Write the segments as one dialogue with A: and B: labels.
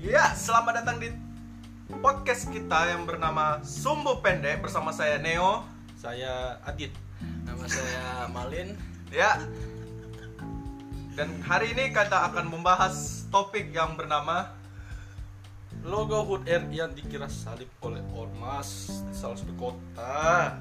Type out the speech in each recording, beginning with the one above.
A: Ya, selamat datang di podcast kita yang bernama Sumbu Pendek bersama saya Neo.
B: Saya Adit.
C: Nama saya Malin.
A: Ya. Dan hari ini kita akan membahas topik yang bernama
B: Logo HUT RI yang dikira salib oleh ormas di salah satu kota.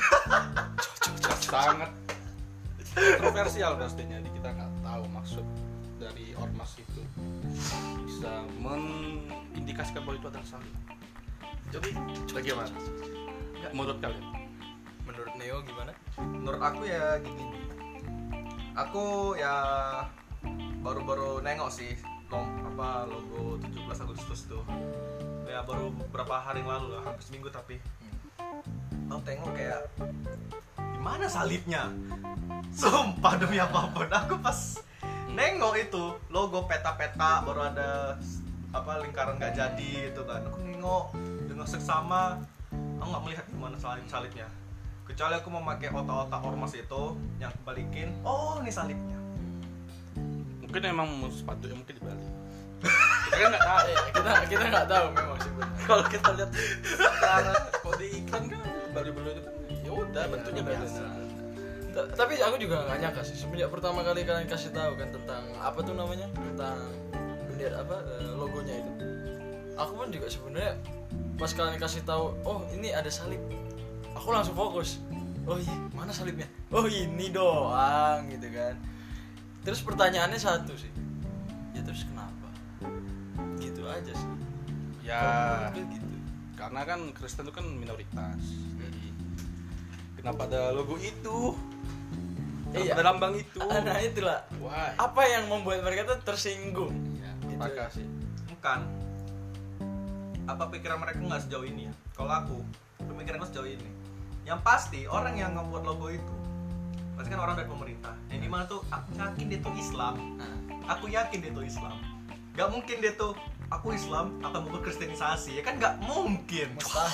B: Sangat kontroversial pastinya. Kita nggak tahu maksud dari ormas itu bisa mengindikasikan bahwa itu adalah salib. Jadi bagaimana? Menurut kalian?
C: Menurut Neo gimana?
A: menurut aku ya gini. Aku ya baru-baru nengok sih logo 17 Agustus tuh. Ya baru beberapa hari yang lalu lah, hampir seminggu tapi. Aku tengok kayak gimana salibnya? Sumpah demi apapun, aku pas nengok itu logo peta-peta baru ada lingkaran nggak jadi itu kan. Aku nengok dengan seksama, aku nggak melihat gimana salibnya. Kecuali aku memakai otak-otak ormas itu yang kebalikin. Oh, ini salibnya.
B: Mungkin emang sepatutnya mungkin dibalik. Kita kan nggak tahu.
C: Kita nggak tahu memang sebenarnya.
B: Kalau kita lihat sekarang kode iklan kan balik-balik itu kan ya udah bentuknya biasa.
C: Tapi aku juga nggak nyangka sih semenjak pertama kali kalian kasih tahu kan tentang apa tuh namanya, tentang bendera logonya itu. Aku pun juga sebenarnya pas kalian kasih tahu, oh ini ada salib, aku langsung fokus. Oh iya, mana salibnya? Oh ini doang gitu kan. Terus pertanyaannya satu sih, ya terus kenapa? Gitu aja sih.
B: Ya
C: Gitu.
B: karena kan Kristen itu kan minoritas. Jadi kenapa ada logo itu? Kenapa ada lambang itu?
C: Nah itulah.
B: Why?
C: Apa yang membuat mereka tuh tersinggung?
B: Ya,
C: Gitu
B: apakah
C: aja.
B: sih?
A: Bukan. Apa pikiran mereka nggak sejauh ini ya? Kalau aku, pemikiranku sejauh ini. Yang pasti orang yang membuat logo itu pasti kan orang dari pemerintah. Yang dimana tuh aku yakin dia tuh Islam. Aku yakin dia tuh Islam. Gak mungkin dia tuh aku Islam akan membuat kristenisasi, ya kan nggak mungkin.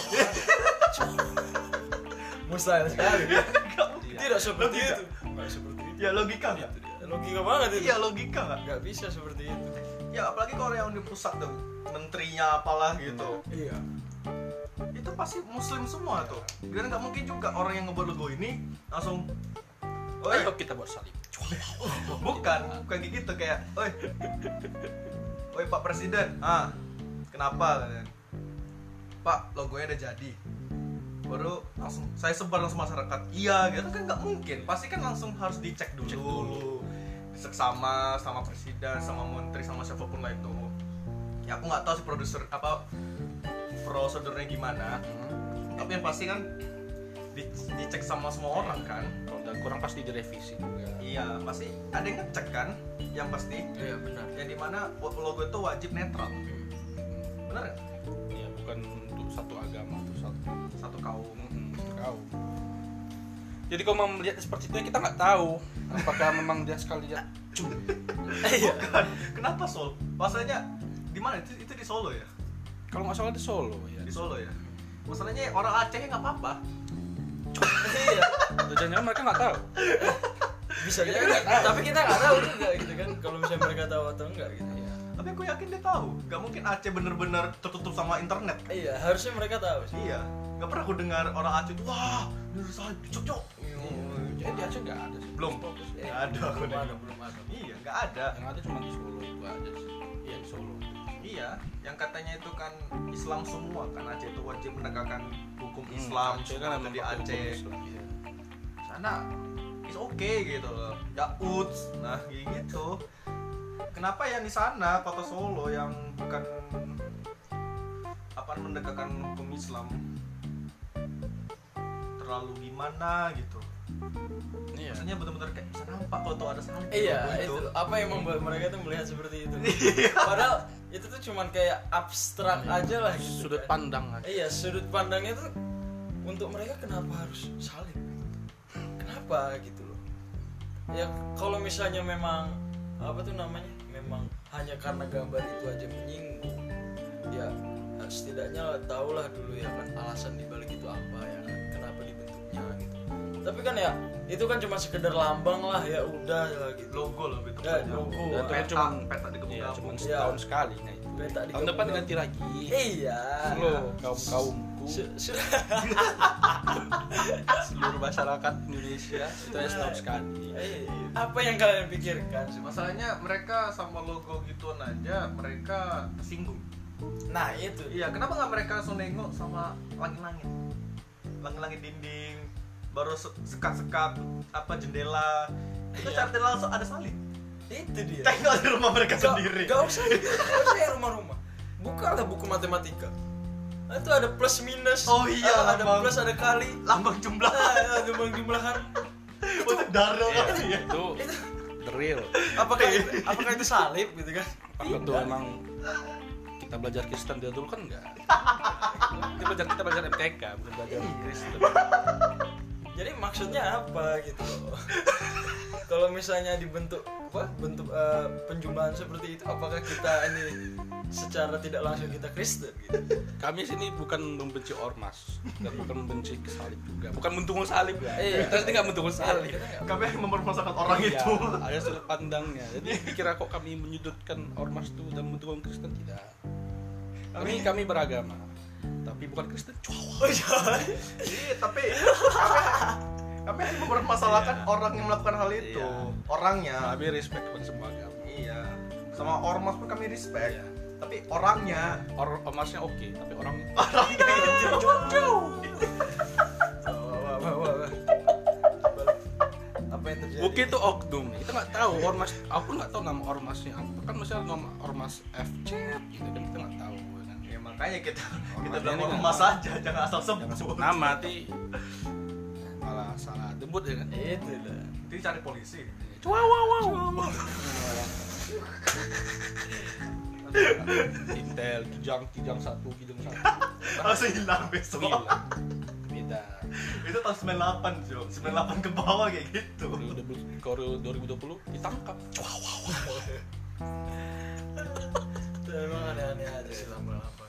C: Mustahil sekali.
A: Nggak mungkin.
C: Tidak seperti
A: Logika.
C: itu. Nggak seperti itu.
A: Ya logika nggak?
C: Logika banget itu.
A: Iya logika nggak?
C: Nggak bisa seperti itu.
A: Ya apalagi kalau yang di pusat tuh menterinya apalah gitu.
C: Iya.
A: Itu pasti muslim semua tuh. Dan nggak mungkin juga orang yang ngebuat logo ini langsung
B: Ayo kita buat salib.
A: bukan kayak gitu, kayak oi Pak Presiden, kenapa kalian? Pak, logonya udah jadi. Baru langsung saya sebar langsung masyarakat. Iya, gitu kan nggak mungkin. Pasti kan langsung harus dicek dulu. Dicek sama presiden, sama menteri, sama siapapun lah itu. Ya aku nggak tahu sih prosedurnya gimana. Tapi yang pasti kan dicek sama semua orang kan.
B: Kalau udah kurang pasti direvisi juga.
A: Iya, pasti ada yang ngecek kan. Yang pasti
C: Iya benar.
A: yang dimana logo itu wajib netral. Bener nggak?
B: Ya bukan untuk satu agama atau
A: Satu kaum.
B: satu kaum. Jadi kalau mau melihat seperti itu kita nggak tahu apakah memang dia sekalian
C: Iya.
A: Bukan. Kenapa Solo? Masalahnya di mana? Itu di Solo ya?
B: kalau nggak salah di Solo ya.
A: Di Solo ya. Masalahnya orang Aceh nggak apa-apa.
C: Iya.
B: Atau jangan mereka nggak tahu.
C: Bisa jadi. Tapi kita nggak tahu juga gitu kan. Kalau misalnya mereka tahu atau enggak gitu. Iya.
A: Tapi aku yakin dia tahu. Gak mungkin Aceh bener-bener tertutup sama internet.
C: Iya, harusnya mereka tahu sih.
A: Iya. Gak pernah aku dengar orang Aceh tuh, wah, bener salib, cocok.
B: Jadi di Aceh nggak ada sih.
A: Belum.
C: Eh,
A: Nggak ada. aku
C: Belum
A: dengar.
C: ada, belum ada.
A: Iya, nggak ada.
B: Yang ada cuma di Solo itu aja sih. Iya di Solo.
A: Iya, yang katanya itu kan Islam semua kan, Aceh itu wajib menegakkan hukum Islam.
B: Aceh
A: semua
B: kan
A: itu
B: emang
A: di
B: pakai
A: Aceh.
B: hukum Islam, iya.
A: Sana is okay gitu loh. Ya nah gitu. Kenapa yang di sana kota Solo yang bukan menegakkan hukum Islam terlalu gimana gitu?
B: Iya.
A: Maksudnya benar-benar kayak bisa nampak kalau tuh ada salib.
C: Iya,
A: gitu.
C: itu apa yang membuat mereka tuh melihat seperti itu. Padahal itu tuh cuman kayak abstrak aja lah gitu.
B: Sudut
C: kan.
B: pandang aja.
C: Iya, sudut pandangnya tuh untuk mereka kenapa harus salib? Kenapa gitu loh? Ya kalau misalnya memang memang hanya karena gambar itu aja menyinggung, ya setidaknya tahulah dulu ya kan alasan dibalik itu apa ya kan, kenapa dibentuknya gitu. Tapi kan ya itu kan cuma sekedar lambang lah, ya udah ya gitu.
A: Logo lebih
C: Ya,
A: tepatnya.
C: logo.
B: Dan
A: Peta,
B: cuma
A: peta di
B: iya, cuma
A: gabung-gabung.
B: setahun sekali. Nah, itu.
C: Peta di
B: Tahun depan
C: gabung-gabung.
B: ganti lagi.
C: Iya.
B: Lo kaumku
C: Sudah.
B: seluruh masyarakat Indonesia itu ya setahun sekali.
C: Apa yang kalian pikirkan?
A: Masalahnya mereka sama logo gituan aja mereka tersinggung.
C: Nah itu.
A: Iya, kenapa nggak mereka langsung nengok sama langit-langit, langit-langit dinding, baru sekat-sekat apa jendela, itu
C: Iya.
A: cari langsung ada salib.
C: Itu dia.
A: Tengok di rumah mereka sendiri.
C: Gak usah ya rumah-rumah. Bukalah buku matematika. Itu ada plus minus.
A: Oh iya,
C: ada
A: lambang.
C: plus, ada kali.
A: Lambang jumlah.
C: Jumlah-jumlahan.
A: Untuk darah
B: Ya,
A: kali ya.
B: itu the real.
C: Apakah itu salib gitu kan?
B: Apa tuh emang kita belajar Kristen dia dulu kan enggak? Kita belajar MTK, bukan belajar Kristen.
C: Jadi maksudnya apa gitu loh. Kalau misalnya dibentuk bentuk penjumlahan seperti itu, apakah kita ini secara tidak langsung kita Kristen gitu?
B: Kami sini bukan membenci ormas dan bukan membenci salib juga, bukan mendukung salib ya.
C: Iya.
B: Kita sini nggak mendukung salib.
C: Kita nggak-
A: Kami mempermasalahkan orang
B: Iya,
A: itu.
B: ada sudut pandangnya. Jadi dikira kok kami menyudutkan ormas itu dan mendukung Kristen, tidak. Kami beragama, tapi bukan Kristen.
C: Oh iya.
A: Iya, tapi kami hanya mempermasalahkan orang yang melakukan hal itu.
B: Iya.
A: Orangnya.
B: Kami respect kepada semua agama.
A: Iya. Sama ormas pun kami respect.
B: Iya.
A: Tapi orangnya,
B: Ormasnya oke, tapi orangnya
A: orangnya yang jauh.
C: Wah. Apa yang terjadi?
B: mungkin itu oknum. Kita nggak tahu ormas. Aku nggak tahu nama ormasnya apa. Kan misalnya nama ormas FC gitu kan kita nggak tahu. Kan?
A: Ya makanya kita
B: Ormasnya
A: bilang
B: ini
A: ormas
B: nggak-
A: saja, jangan asal
B: Jangan sebut
A: sebut.
B: nama, nanti malah salah debut ya kan.
C: Itu lah.
A: Nanti cari polisi.
B: Wow. Intel kijang 1
A: Langsung hilang besok.
B: Gila. Beda.
A: Itu tahun 98, Jo. 98 ke bawah kayak gitu.
B: Kalau 2020 ditangkap.
C: Itu emang aneh-aneh aja sih lambang-lambang.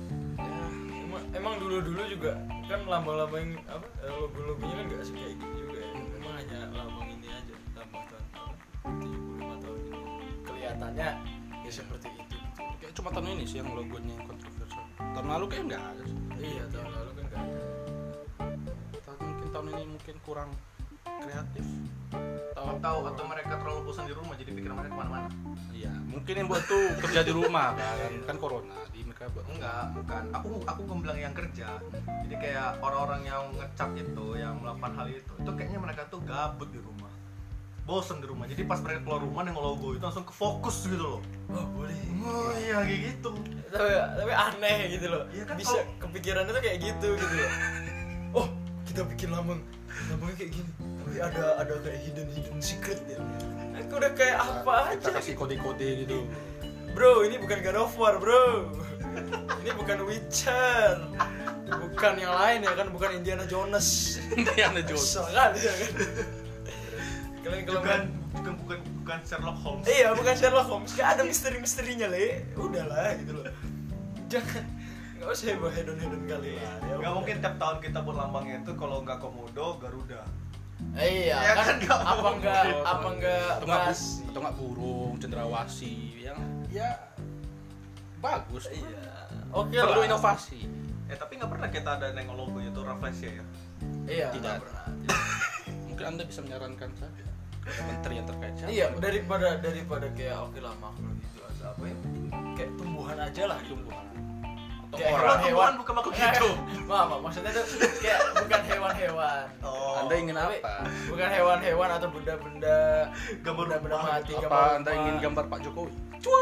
C: Emang dulu-dulu juga kan lambang-lambang apa logo-logonya kan nggak kayak gitu juga ya. Memang hanya lambang ini aja, lambang tahun 75 tahun ini. Kelihatannya ya seperti itu gitu.
B: Kayak cuma tahun ini sih yang logonya yang kontroversial. Tahun lalu kayak enggak ada sih.
C: Iya, tahun lalu kan nggak ada.
B: Mungkin tahun ini mungkin kurang kreatif.
A: Atau mereka terlalu bosan di rumah jadi pikiran mereka kemana-mana.
B: Iya, mungkin yang buat tuh kerja di rumah kan corona di mereka buat.
A: Enggak, bukan. Aku belum bilang yang kerja. Jadi kayak orang-orang yang ngecat itu, yang melakukan hal itu kayaknya mereka tuh gabut di rumah. Bosan di rumah. Jadi pas mereka keluar rumah nengok logo itu langsung ke fokus gitu loh.
C: Oh, boleh.
A: Oh iya kayak gitu.
C: Tapi aneh gitu loh.
A: Iya kan,
C: Bisa kepikirannya tuh kayak gitu gitu loh. Oh, kita bikin lambangnya kayak gini. Tapi ada kayak hidden secret ya. Aku udah kayak apa
B: Kita
C: aja.
B: kasih kode-kode gitu.
C: Bro, ini bukan God of War, bro. Ini bukan Witcher. Bukan yang lain ya kan, bukan Indiana Jones.
B: Indiana Jones.
C: Kesel kali ya kan. Kalian kalau
A: Bukan Sherlock Holmes.
C: iya, bukan Sherlock Holmes. Gak ada misteri-misterinya, Le. Udahlah gitu loh. Jangan enggak usah hedon-hedon kali lah. Ya,
A: Gak mungkin tiap tahun kita buat lambangnya itu kalau nggak Komodo, Garuda.
C: Iya,
A: Ya
C: kan
A: kan nggak
C: apa
A: mungkin.
C: enggak basi.
B: atau nggak burung, cendrawasih yang ya bagus.
C: Iya. Oke
B: Perlu
C: lah.
B: inovasi.
A: Tapi nggak pernah kita ada nengok logonya itu Rafflesia ya.
C: Iya,
B: Tidak.
C: nggak pernah.
B: Mungkin Anda bisa menyarankan saja kepada menteri yang terkait. Siapa?
C: Iya, daripada kayak oke lah makhluk gitu atau apa ya, kayak tumbuhan aja lah gitu.
B: Tumbuhan. Atau
C: Kayak
B: orang.
A: Tumbuhan bukan makhluk hidup.
C: Maaf, maksudnya tuh kayak bukan hewan-hewan.
A: Oh.
B: Anda ingin
C: Tapi
B: apa?
C: bukan hewan-hewan atau benda-benda
A: Gambar
C: benda
A: rumah.
C: mati.
B: Apa Anda ingin gambar Pak Jokowi?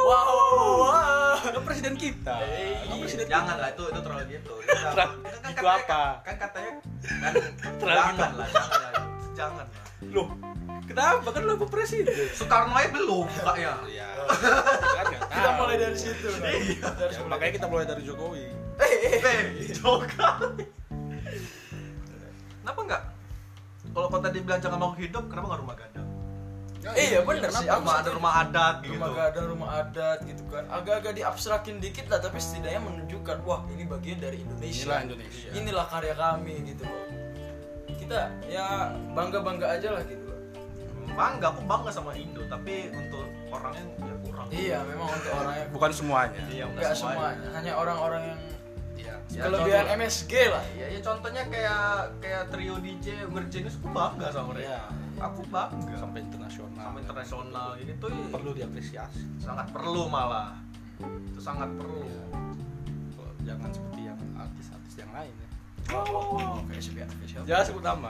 C: Wow.
B: Kan presiden kita. Kan presiden
A: Jangan lah itu terlalu gitu.
B: Itu apa?
A: Kan katanya
B: Terlalu
A: jangan lah, jangan lah. Jangan lah.
B: Loh, kenapa? Kan lo presiden.
A: Soekarno aja belum kayaknya.
B: Iya. Kan nggak tahu.
C: Kita mulai dari situ. Kan? Dari
B: Ya, makanya kita mulai dari Jokowi.
A: Jokowi. Kenapa enggak? Kalau kau tadi bilang jangan makhluk hidup, kenapa nggak rumah gadang?
C: Iya bener sih.
A: Rumah ada rumah adat gitu.
C: Rumah adat gitu kan. Agak-agak diabstrakin dikit lah, tapi setidaknya menunjukkan wah ini bagian dari Indonesia.
B: Inilah Indonesia.
C: Inilah karya kami gitu loh. kita ya bangga aja lah gitu.
A: Bangga, aku bangga sama Indo, tapi untuk orangnya ya kurang.
C: Iya, memang untuk orangnya
B: Bukan semuanya.
A: Iya,
C: enggak semuanya, hanya orang-orang yang
B: Iya.
C: kelebihan MSG lah.
A: Iya, ya contohnya kayak trio DJ Virginius, aku bangga sama mereka.
B: Iya.
A: Aku bangga
B: Sampai internasional.
A: sama internasional ini tuh
B: Perlu diapresiasi.
A: sangat perlu malah. Itu sangat perlu.
B: Kok jangan seperti yang artis-artis yang lain ya.
C: Kayak siapa?
B: Jangan sebut nama.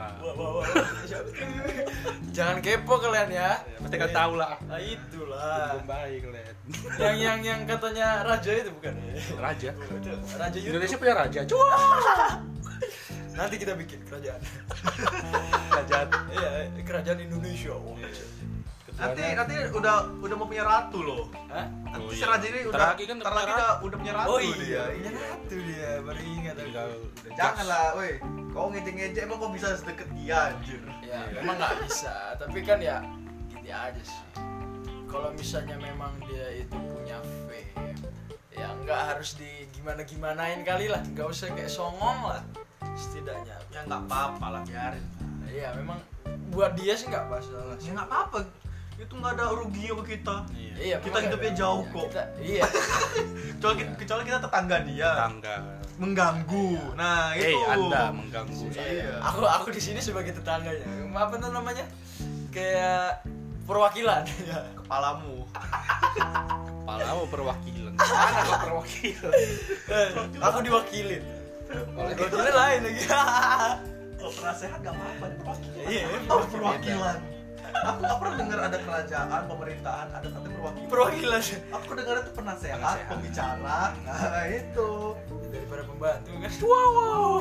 C: Jangan kepo kalian ya.
B: Pasti kan tahu lah.
C: Nah, itulah.
B: Belum baik kalian.
C: yang katanya raja itu bukan ya?
B: Raja.
C: Raja YouTube.
B: Indonesia punya raja. Cua.
C: Nanti kita bikin kerajaan.
B: Kerajaan.
C: Iya, kerajaan Indonesia.
A: Nanti udah mau punya ratu loh.
C: Hah?
B: Oh,
A: Si
B: iya.
A: Raja ini
B: Ntar lagi kan
A: ntar
B: udah
A: lagi
B: punya
A: udah punya ratu
C: Oh
A: dia.
C: iya, iya ratu dia. Baru ingat aku.
B: Tinggal
A: Janganlah, woi. Kau ngejek-ngejek emang kau bisa sedekat dia anjir.
C: Ya, memang nggak bisa. Tapi kan ya gini aja sih. Kalau misalnya memang dia itu punya fame, ya nggak harus di gimana-gimanain kali lah. Nggak usah kayak songong lah. Setidaknya.
A: Ya nggak apa-apa lah, biarin.
C: Iya, memang buat dia sih nggak masalah sih.
A: Ya nggak apa-apa. Itu nggak ada ruginya ke kita.
C: Iya,
A: Kita
C: memang
A: hidupnya
C: ada.
A: jauh
C: Iya,
A: kok.
C: Iya.
A: Kecuali kita tetangga dia.
B: tangga.
A: Mengganggu. Nah,
B: Hei,
A: itu.
B: Anda mengganggu
A: Iya.
B: saya.
C: Aku di sini sebagai tetangganya. Apa tuh namanya? Kayak perwakilan. Ya.
A: Kepalamu.
B: Kepala perwakilan. Mana kok perwakilan?
C: Aku diwakilin.
B: Oleh
C: Diwakilin lain lagi.
A: Kalau penasehat nggak apa-apa, itu perwakilan.
C: Iya,
A: Oh, perwakilan. Aku nggak pernah dengar ada kerajaan, pemerintahan, ada kata perwakilan.
C: Perwakilan.
A: Aku dengar itu penasehat,
B: Penasehat.
A: pembicara. Nah, itu.
C: Daripada pembantu kan. Wow.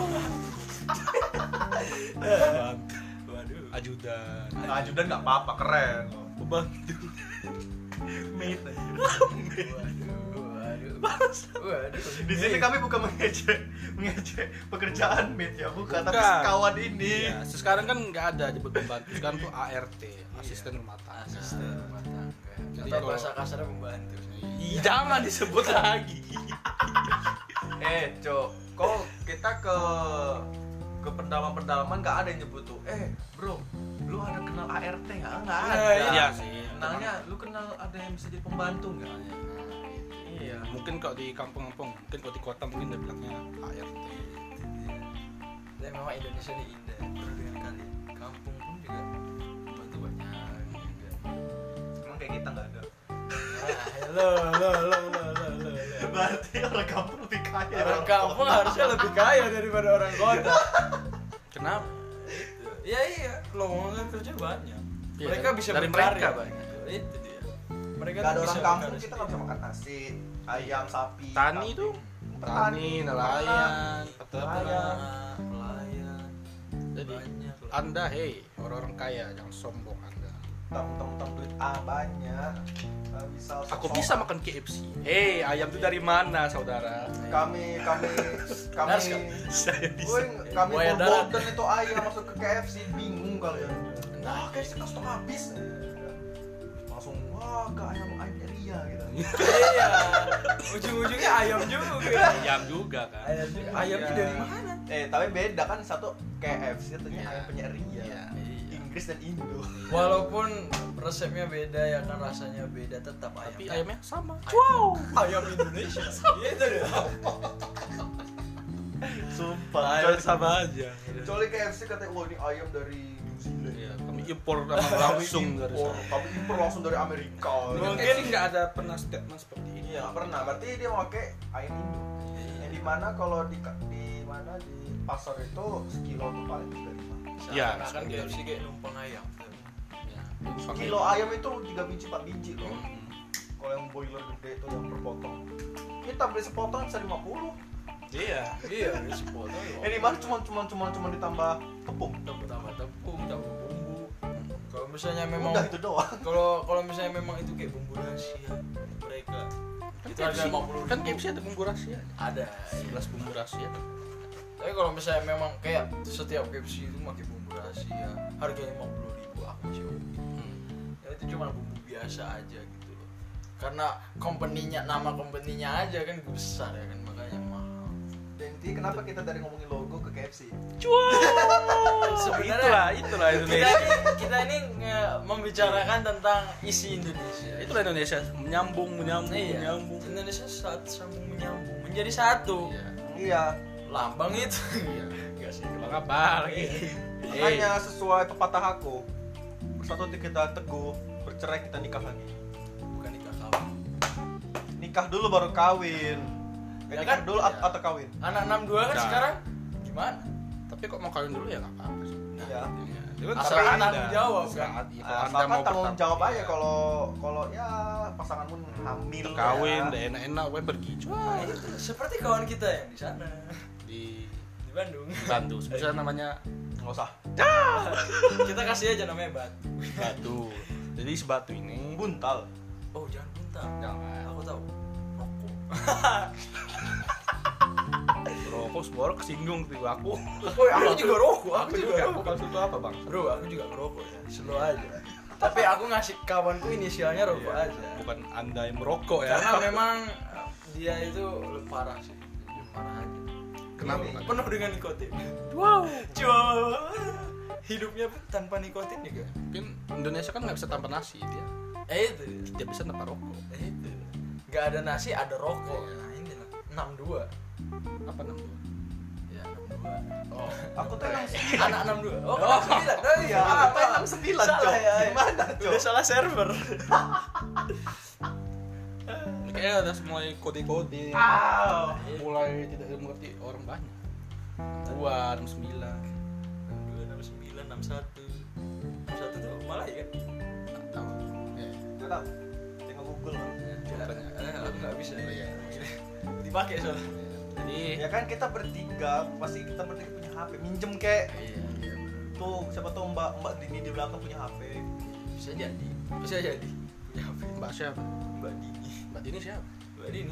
C: Waduh.
B: ajudan.
A: Ajudan nggak apa-apa, keren.
B: Pembantu.
A: Mate aja.
C: Waduh.
A: Di sini kami bukan mengejek pekerjaan mate ya, bukan, tapi
B: Bukan.
A: sekawan ini.
B: Iya, sekarang kan nggak ada nyebut pembantu. Sekarang tuh ART, asisten rumah tangga.
C: Asisten rumah tangga.
B: Jadi
C: Atau
B: kalau-
C: bahasa kasarnya pembantu.
B: Ih, jangan disebut lagi.
A: Cok, kok kita ke pedalaman nggak ada yang nyebut tuh. Bro, lu ada kenal ART nggak? Nggak ada.
B: Iya sih.
A: Kenalnya, lu kenal ada yang bisa jadi pembantu nggak? Iya.
B: Mungkin kalau di kampung-kampung, mungkin kalau di kota mungkin dia bilangnya ART.
C: Dan memang Indonesia ini indah. Perlu dengan kalian. Kampung pun juga pembantu banyak juga.
A: Emang kayak kita nggak ada.
C: Lo.
A: Berarti orang kampung lebih kaya.
C: Orang kampung harusnya lebih kaya daripada orang kota.
B: Kenapa?
C: Iya, lowongan kerja banyak.
B: Iya,
C: Mereka bisa
B: dari
C: berkarya
B: mereka
C: banyak. Itu dia. Mereka
A: Gak ada
C: tuh
A: orang
C: bisa
A: kampung,
C: berkarya
A: kita nggak bisa makan nasi, ayam, sapi.
B: Tani
A: kambing.
B: tuh.
A: Petani,
B: Tani, nelayan, peternak.
C: pelayan.
B: Jadi
C: Banyak lah.
B: Anda, hei, orang-orang kaya jangan sombong Anda.
A: Tong duit banyak. Nggak bisa.
B: Aku
A: sok-sok.
B: bisa makan KFC. Hei, ayam itu dari mana, saudara?
A: Kami
C: Harus kan?
B: Saya
A: Woi, kami
C: Buaya
A: full
C: darat.
A: golden itu ayam masuk ke KFC, bingung kalian.
C: Nah,
A: KFC kan stok habis. Langsung wah ke ayam Ria gitu.
C: Iya. Ujung-ujungnya ayam juga.
B: ayam juga kan.
C: Ayamnya dari mana?
A: Tapi beda kan, satu KFC satunya
B: Iya.
A: ayam punya Ria.
B: Iya.
A: Inggris dan Indo.
C: Walaupun resepnya beda ya kan, rasanya beda, tetap ayam.
B: Tapi ayamnya sama.
C: Ayam Indonesia. Gitu deh.
A: Sumpah.
B: Ayam sama aja.
A: Kecuali KFC katanya, wah ini ayam dari New Zealand.
B: Iya, kami impor langsung dari sana.
A: Kami impor langsung dari Amerika.
B: Mungkin nggak ada pernah statement seperti ini.
A: Iya, nggak pernah. Berarti dia pakai ayam Indo. Yang dimana kalau di mana di pasar itu sekilo tuh paling 35.
B: Iya,
C: Kan KFC kayak numpang ayam.
B: Ya.
A: Kilo ayam itu 3 biji 4 biji loh.
B: Hmm.
A: Kalau yang boiler gede itu yang per potong. Kita beli sepotong bisa 50.
B: Iya.
C: Iya, sepotong.
A: Yang dimana cuma ditambah tepung.
C: tambah tepung, tambah bumbu. Kalau misalnya memang
A: Udah itu doang.
C: kalau misalnya memang itu kayak bumbu rahasia mereka itu harga 50.000.
B: Kan KFC ada bumbu rahasia.
C: Ada
B: 11 bumbu rahasia.
C: tapi kalau misalnya memang kayak setiap KFC itu pakai bumbu rahasia harganya 50.000 aku masih oke. Ya itu cuma bumbu biasa aja gitu loh, karena nama company-nya aja kan besar ya kan, makanya mahal.
A: Dan Jadi kenapa kita dari ngomongin logo ke KFC?
C: Sebenarnya
B: itulah Indonesia.
C: kita ini membicarakan tentang isi Indonesia.
B: Itulah Indonesia, menyambung.
C: Iya. Indonesia sambung menyambung menjadi satu.
A: Iya.
C: Lambang itu.
B: Iya.
C: Enggak sih.
B: Apa lagi?
A: Makanya sesuai pepatah aku, bersatu kita teguh, bercerai kita nikah lagi.
C: Bukan nikah kawin.
A: Nikah dulu baru kawin.
C: Ya
A: Nikah
C: kan?
A: dulu
C: Ya.
A: atau kawin?
C: Anak 62 kan
B: Nah.
C: sekarang gimana?
B: Tapi kok mau kawin dulu ya nggak apa-apa sih.
A: Iya.
B: Itu kan
C: Asal
B: terserah
C: tanggung
B: Anda.
C: jawab,
B: Terserah
C: kan?
B: Anda. Kalau Anda
A: Asalkan
B: mau
A: tanggung
B: bertanggung
A: jawab aja
B: iya.
A: kalau ya pasanganmu hamil
B: kawin,
A: ya.
B: udah enak-enak, gue pergi
C: Nah, itu seperti kawan kita yang di sana
B: di
C: di Bandung.
B: Bandung. Sebetulnya namanya
A: Nggak usah.
C: Kita kasih aja namanya Batu.
B: Batu. Jadi si Batu ini
A: Buntal.
C: Oh, jangan buntal.
B: jangan
C: Aku tahu. Rokok.
B: rokok semua orang kesinggung tuh aku.
C: Oh, aku juga rokok. Aku juga
B: Aku
C: rokok.
B: maksud lu apa bang?
C: Bro, aku juga ngerokok ya. Slow aja. Tapi aku ngasih kawanku inisialnya rokok
B: Iya.
C: aja.
B: Bukan anda yang merokok ya?
C: Karena memang dia itu parah sih. Parah aja.
B: Kenapa?
A: Ini
C: Penuh dengan nikotin.
B: Wow.
C: Coba. Hidupnya pun tanpa nikotin juga.
B: Mungkin Indonesia kan nggak bisa tanpa nasi dia.
C: Itu.
B: Dia bisa tanpa rokok.
C: Itu. Gak ada nasi, ada rokok. Nah, ini lah. 62.
B: Apa namanya?
C: Ya, 62.
B: Oh,
A: Aku tuh emang
C: Anak 62. Oh, 69. Oh iya,
A: apa yang 69,
C: Salah
A: Cok?
C: ya.
A: Gimana, Cok?
C: Udah salah server.
B: kayaknya ada mulai kode-kode. Mulai tidak mengerti orang banyak. 2, 69.
C: 69, 61. 61 tuh malah ya kan?
B: Nggak tahu. Ya,
A: Nggak tahu. Tinggal Google lah.
C: Aku nggak bisa.
B: Iya.
C: Dipakai soalnya.
B: Jadi
A: Ya kan kita bertiga, pasti kita bertiga punya HP. Minjem kek.
C: Iya.
A: Tuh, siapa tahu Mbak Dini di belakang punya HP.
C: Bisa jadi. Bisa jadi. Punya HP.
B: Mbak siapa?
C: Mbak Dini.
B: Mbak Dini siapa?
C: Mbak Dini.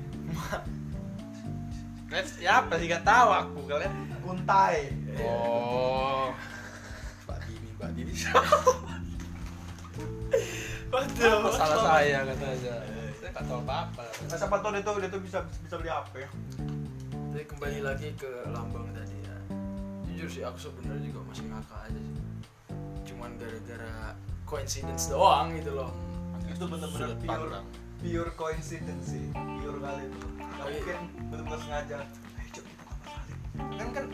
B: Kalian siapa sih? Gak tahu aku kalian.
A: Guntai.
B: Oh, Mbak Dini siapa?
C: Waduh.
B: Salah saya katanya. Saya nggak tahu apa-apa.
A: Nah, siapa tahu dia tuh bisa beli HP.
C: Tapi kembali lagi ke lambang tadi ya. Jujur sih aku sebenarnya juga masih ngakak aja sih. Cuman gara-gara coincidence doang gitu loh.
A: Itu benar-benar
B: Sudut
A: pure
B: pandang.
A: pure coincidence sih. Pure kali itu. Nggak
C: Iya.
A: mungkin benar-benar sengaja. Ayo Cok, kita tambah salib. Kan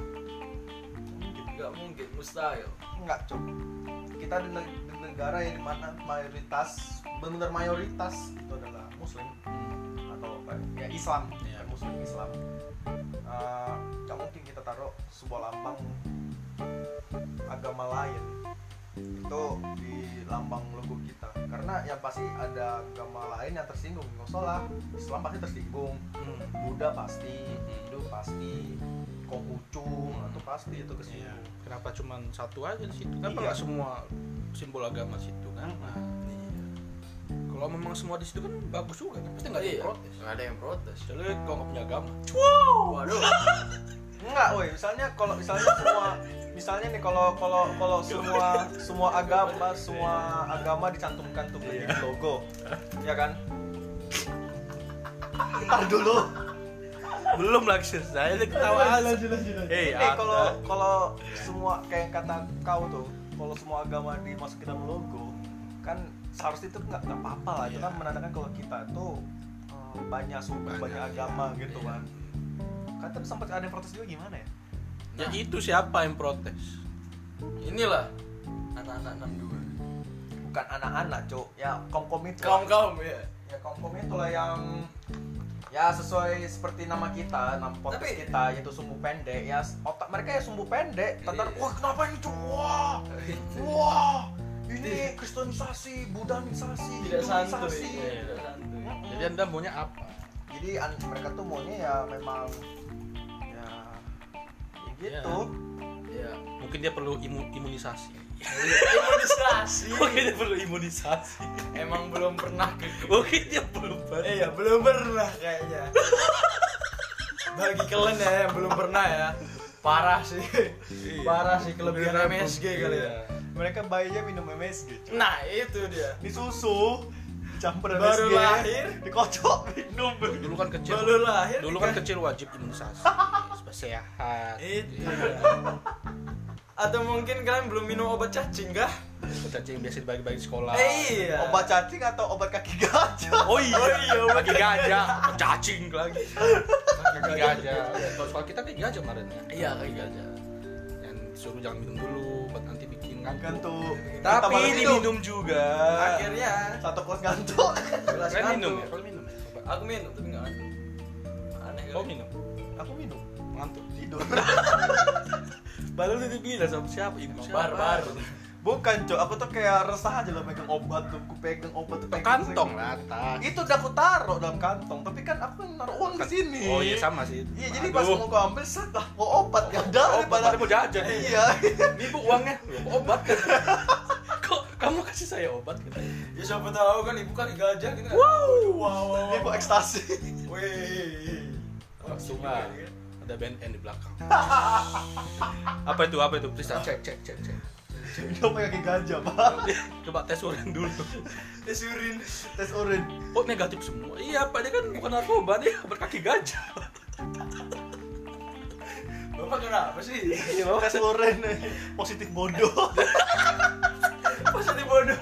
C: Gak mungkin, mustahil.
A: enggak, Cok. Kita di negara yang dimana mayoritas benar-benar mayoritas itu adalah Muslim atau ya Islam,
B: Iya.
A: bukan Muslim Islam. Nggak mungkin kita taruh sebuah lambang agama lain itu di lambang logo kita, karena yang pasti ada agama lain yang tersinggung. Nggak usah lah, Islam pasti tersinggung, Buddha pasti, Hindu pasti, Konghucu itu pasti itu
B: Iya.
A: kesinggung.
B: Kenapa cuma satu aja di situ? Kenapa
A: Iya.
B: nggak semua simbol agama situ kan? Nah, kalau memang semua di situ kan bagus juga kan? Pasti nggak ada yang protes.
C: Nggak ada yang protes.
B: Jadi kalau nggak punya agama,
C: Waduh.
A: Enggak, woi, misalnya misalnya nih kalau semua agama dicantumkan tuh di logo. Ya kan? Ntar dulu.
B: belum lagi selesai, dia ketawa.
A: Ini kalau semua kayak kata kau tuh, kalau semua agama dimasukin dalam logo, kan seharusnya itu nggak apa-apa lah. Itu
B: Iya.
A: kan menandakan kalau kita tuh banyak suku, banyak agama
B: iya.
A: gitu kan. Kan tapi sempat ada yang protes juga gimana ya?
B: Ya itu siapa yang protes?
C: Inilah anak-anak 62.
A: Bukan anak-anak, Cok. Ya kaum-kaum itu.
C: Kaum-kaum ya.
A: Ya kaum-kaum itulah yang ya sesuai seperti nama kita, nama podcast
C: Tapi-
A: kita yaitu sumbu pendek. Ya otak mereka ya sumbu pendek. Tentang
C: Iya.
A: wah kenapa ini, Cok? Wah, ini kristenisasi, budanisasi,
C: Tidak santuy.
A: hinduisasi.
C: Tidak santuy.
B: Jadi anda maunya apa?
A: Jadi mereka tuh maunya ya memang ya gitu.
C: Ya.
B: Mungkin dia perlu imunisasi.
C: Imunisasi.
B: Mungkin dia perlu imunisasi.
C: Emang belum pernah ke.
B: Mungkin dia belum pernah.
C: Iya, belum pernah kayaknya. Bagi kalian ya yang belum pernah ya. Parah sih. Parah sih kelebihan MSG kali ya.
A: Mereka bayinya minum MSG, Cok.
C: Nah, itu dia.
A: Di susu. Campur
C: Baru
A: MSG,
C: lahir.
A: dikocok minum.
B: Dulu kan kecil.
C: Baru lahir.
B: Dulu kan kecil wajib imunisasi supaya sehat.
C: Itu. Atau mungkin kalian belum minum obat cacing kah?
B: Obat cacing biasa dibagi-bagi di sekolah.
C: Iya.
A: Obat cacing atau obat kaki gajah?
B: Oh iya,
C: obat
B: kaki gajah, obat cacing lagi. Kaki gajah. Kalau sekolah kita kaki gajah kemarin ya.
C: Iya, kayak gajah.
B: Yang suruh jangan minum dulu, buat nanti bikin ngantuk.
A: Ngantuk.
B: Tapi
A: Kita
B: diminum juga.
C: Akhirnya
A: satu kos ngantuk.
C: gelas
B: Kalian minum ya?
C: ngantuk.
B: Kalau minum ya? Coba.
C: Aku minum tapi nggak ngantuk. Aneh
B: Kau
C: kali.
B: minum?
A: Aku minum.
B: Ngantuk.
A: Tidur.
B: Baru itu bilang sama siapa? Ibu siapa?
C: Bar.
A: Bukan, Cok. Aku tuh kayak resah aja lah megang obat tuh. Aku pegang obat tuh pegang
B: Kantong lah atas.
A: Itu udah aku taruh dalam kantong, tapi kan aku naruh uang di sini.
B: Oh iya sama sih.
A: Iya, jadi
B: Aduh.
A: pas mau aku ambil set lah, mau obat ya udah
B: Obat pada mau jajan.
A: Iya.
B: Ini bu uangnya, Loh, obat. Kok kamu kasih saya obat gitu?
C: Ya siapa tahu kan ibu kaki gajah gitu kan. Wow.
A: Ini kok ekstasi.
C: Wih.
B: Langsung lah. Ada band N di belakang. Apa itu? Bisa cek.
A: Dia pakai kaki gajah, Pak.
B: Coba tes urin dulu.
A: Tes urin, tes urin.
B: Oh negatif semua. Iya Pak, dia kan bukan narkoba, dia berkaki gajah.
C: Bapak kenapa sih?
A: Iya, tes urin positif bodoh.
C: Positif bodoh.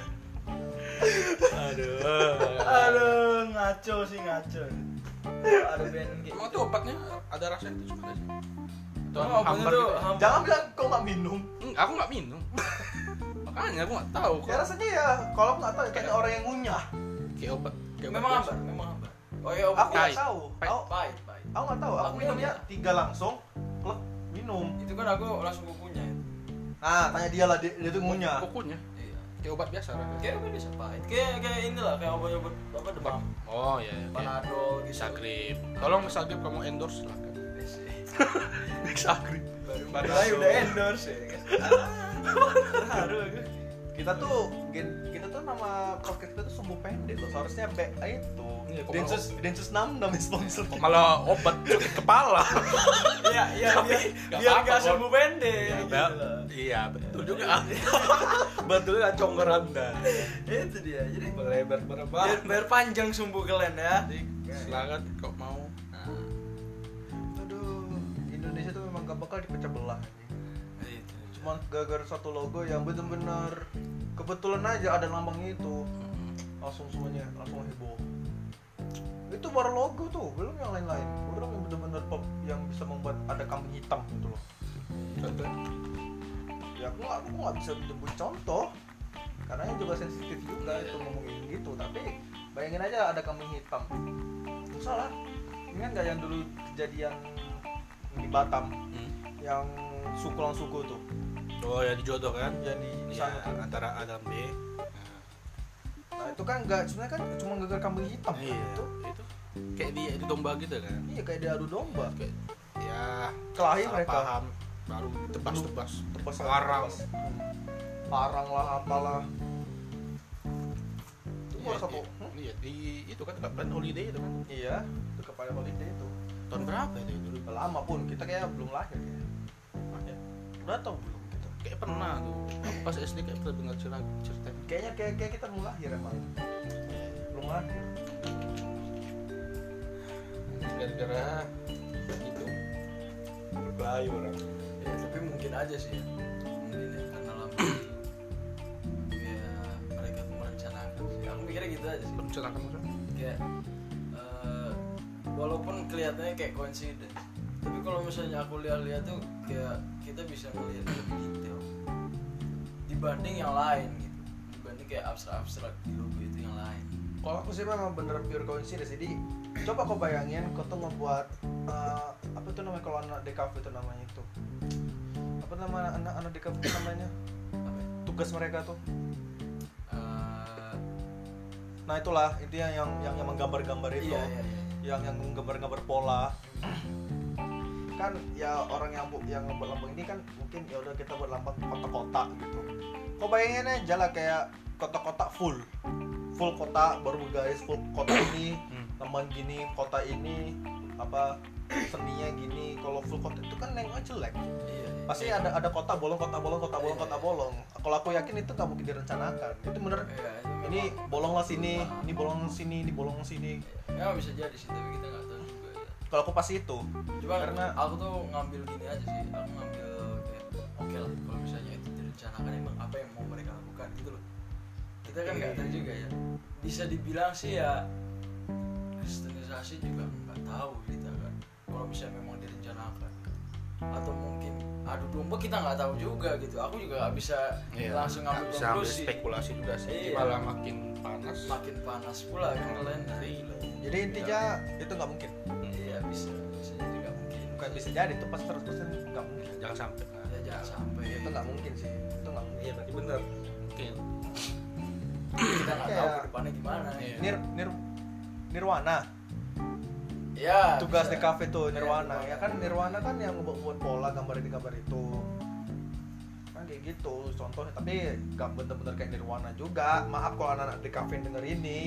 B: Aduh.
C: Ngaco sih ngaco. Ada band gitu.
B: Emang itu obatnya ada rasanya itu suka sih?
C: Oh, obatnya tuh hambar.
A: Jangan bilang kau nggak minum.
B: Aku nggak minum. Makanya aku nggak tahu.
A: Ya rasanya ya, kalau aku nggak tahu ya kayak orang yang ngunyah.
B: Kayak obat.
C: Memang hambar, memang hambar. Oh iya,
A: Aku nggak
B: Pahit.
A: tahu.
B: Pahit.
C: pahit.
A: Aku nggak tahu. Aku
C: Aku minum
A: minumnya
C: ya.
A: 3 langsung, klek minum.
C: Itu kan aku langsung kukunya.
A: Nah, tanya dia lah, dia tuh ngunyah.
B: Kukunya.
C: Iya.
B: Kayak obat biasa lah.
C: Kayak apa biasa pahit. Kayak inilah kayak obat-obat apa demam.
B: Oh iya.
C: Panadol gitu.
B: Sagrip. Tolong Sagrip kamu endorse lah kan. Sagrip.
C: Baru mulai udah endorse ya kan. Terharu aku.
A: Kita tuh nama podcast kita tuh sumbu pendek loh. Seharusnya itu.
B: Iya, kok
A: Densus 6 namanya sponsor.
B: Kok malah obat sakit kepala.
C: Iya,
B: Tapi nggak
C: biar
B: apa-apa,
C: enggak
B: Bang.
C: sumbu pendek gitu lah.
B: Iya betul juga. Betul lah congor Anda.
C: Itu dia. Jadi
B: Lebar berapa?
C: biar panjang sumbu kalian ya.
B: Silakan kok mau.
A: Aduh, Indonesia tuh memang gak bakal dipecah belah.
C: Itu.
A: Cuma gara-gara satu logo yang bener-bener kebetulan aja ada lambangnya itu. Langsung semuanya langsung heboh. Itu baru logo tuh, belum yang lain-lain. Belum yang bener-bener pop yang bisa membuat ada kambing hitam gitu loh.
B: Contoh.
A: Ya aku nggak bisa menyebut contoh karena ini juga sensitif juga itu ngomongin gitu, tapi bayangin aja ada kambing hitam. Nggak salah. Ingat nggak yang dulu kejadian di Batam yang suku lawan suku tuh?
B: Oh ya dijodoh kan?
A: Yang di
B: Iya,
A: sana tuh.
B: antara Adam B.
A: Nah itu kan nggak, sebenarnya kan cuma gara-gara kambing hitam kan
B: Iya.
A: itu.
B: Itu kayak di domba gitu kan?
A: Iya kayak diadu domba.
B: Kayak ya
A: Kelahi
B: salah
A: mereka.
B: paham baru tebas-tebas.
A: Tebas
B: Parang.
A: Parang lah apalah. Itu
B: Iya,
A: baru satu.
B: Iya di itu kan dekat Plan Holiday itu kan.
A: Iya, itu kepada holiday itu.
B: Tahun berapa itu dulu?
A: Udah lama pun kita kayak belum lahir ya. Udah tau belum kita?
B: Kayak pernah tuh. Aku pas SD kayak pernah dengar cerita.
A: Kayaknya kayak kita belum lahir emang. Belum lahir.
B: Gara-gara itu berkelahi orang.
C: Ya, tapi mungkin aja sih ya. Mungkin ya karena lambang ya mereka tuh merencanakan sih. Aku mikirnya gitu aja sih.
B: Perencanaan maksudnya?
C: Kayak walaupun kelihatannya kayak coincidence, tapi kalau misalnya aku lihat-lihat tuh kayak kita bisa melihat lebih detail dibanding yang lain gitu, dibanding kayak abstrak di logo itu yang lain.
A: Kalau aku sih memang bener pure coincidence. Jadi coba kau bayangin kau tuh ngebuat apa tuh namanya kalau anak DKV itu namanya itu. Apa nama anak DKV itu namanya?
C: Apa ya?
A: Tugas mereka tuh.
C: Eh,
A: Nah itulah intinya yang menggambar-gambar itu.
C: iya.
A: Yang menggambar-gambar pola. Kan ya orang yang ngebuat lambang ini kan mungkin ya udah kita buat lambang kotak-kotak gitu. Kau bayangin aja lah kayak kotak-kotak full kotak baru guys, full kotak ini lambang gini, kota ini apa seninya gini. Kalau full kotak itu kan nengoknya jelek.
C: Iya.
A: Pasti ada kota bolong. Kalau aku yakin itu nggak mungkin direncanakan. Itu bener.
C: Iya, itu
A: Ini
C: memang-
A: bolong lah sini, ini bolong sini, ini bolong sini.
C: Ya bisa jadi sih, tapi kita nggak tahu juga ya.
A: Kalau aku pasti itu.
C: Cuma
A: Karena-
C: aku tuh ngambil gini aja sih, aku ngambil kayak oke lah kalau misalnya itu direncanakan emang apa yang mau mereka lakukan gitu loh. Kita kan nggak tahu juga ya. Bisa dibilang sih ya kristenisasi juga nggak tahu kita kan. Kalau misalnya memang direncanakan atau mungkin adu domba kita nggak tahu juga gitu. Aku juga nggak bisa langsung ngambil
B: bisa ambil
C: konklusi.
B: spekulasi juga sih.
C: Iya.
B: Malah makin panas.
C: Makin panas pula kan kalian. Nah,
B: Iya.
A: Jadi intinya itu nggak mungkin.
C: iya bisa jadi nggak mungkin.
A: Bukan bisa jadi, itu pasti 100% nggak mungkin.
B: Jangan sampai.
C: Ya jangan sampai
A: Itu nggak mungkin sih. Itu nggak mungkin.
B: Iya berarti benar. Mungkin.
C: kita nggak tahu
A: Kayak-
C: ke depannya gimana.
B: Iya.
A: Nirwana.
C: Ya.
A: Tugas
C: bisa.
A: di cafe tuh Nirwana.
C: Iya,
A: Ya kan Nirwana kan yang buat pola gambar itu. Kan kayak gitu contohnya, tapi nggak bener-bener kayak Nirwana juga. Maaf kalau anak-anak di cafe yang denger ini.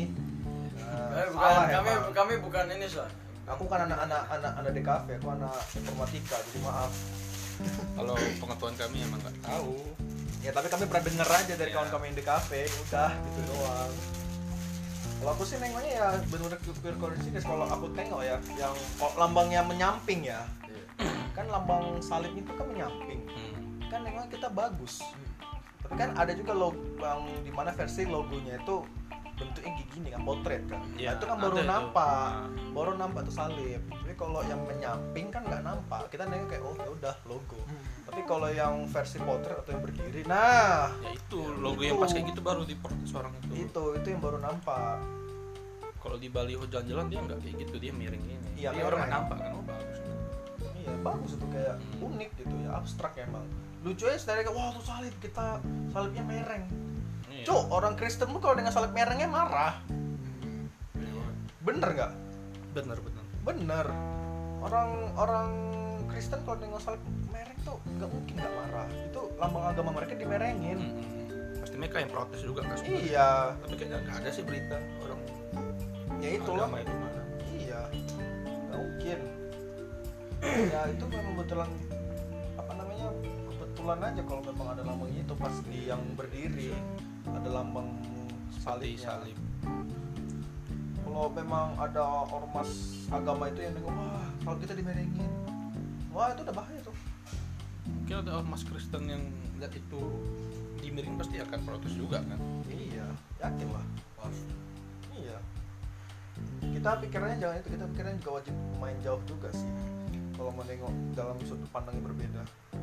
A: Salah emang.
C: Kami bukan ini soal.
A: Aku kan anak di cafe, aku anak informatika, jadi maaf.
B: Kalau pengetahuan kami emang nggak tahu.
A: Ya tapi kami pernah denger aja dari
B: Ya.
A: kawan kami yang di cafe, udah gitu doang. Kalau aku sih nengoknya ya bener-bener pure coincidence. Kalau aku tengok ya, yang lambangnya menyamping ya, kan lambang salib itu kan menyamping. Kan nengoknya kita bagus. Tapi kan ada juga yang dimana versi logonya itu bentuknya kayak gini kan, potret kan.
B: Ya,
A: Nah, itu kan baru
B: ada itu.
A: nampak, baru nampak tuh salib. Tapi kalau yang menyamping kan nggak nampak. Kita nengok kayak oh ya udah logo. Tapi kalau yang versi potret atau yang berdiri, nah
B: Ya itu logo
A: itu.
B: yang pas kayak gitu baru diprotes orang itu.
A: itu yang baru nampak.
B: Kalau di baliho jalan-jalan dia nggak kayak gitu, dia miring ini.
A: Iya,
B: Jadi orang
A: miring.
B: nggak nampak kan, oh bagus.
A: Iya bagus itu kayak unik gitu ya, abstrak emang. Lucu aja dari wah tuh salib, kita salibnya mereng.
B: Iya.
A: Cuk, orang Kristen tuh kalau dengan salib merengnya marah. Bener nggak?
B: Bener.
A: Bener. Orang Kristen kalau dengan salib mereng tuh nggak mungkin nggak marah. Itu lambang agama mereka dimerengin.
B: Pasti mereka yang protes juga kan.
A: Iya,
B: Tapi kayaknya nggak ada sih berita orang
A: ya itu loh.
B: agama itu mana.
A: Iya, nggak mungkin. Ya itu memang kebetulan apa namanya, kebetulan aja kalau memang ada lambang itu pas di yang berdiri ada lambang
B: Seperti
A: salibnya.
B: salib.
A: Kalau memang ada ormas agama itu yang nengok, wah kalau kita dimerengin, wah itu udah bahaya tuh.
B: Mungkin ada ormas Kristen yang lihat itu dimiring pasti akan protes juga kan.
A: Iya, yakin lah. Iya. Kita pikirannya jangan itu, kita pikirannya juga wajib main jauh juga sih. Kalau menengok dalam sudut pandang yang berbeda.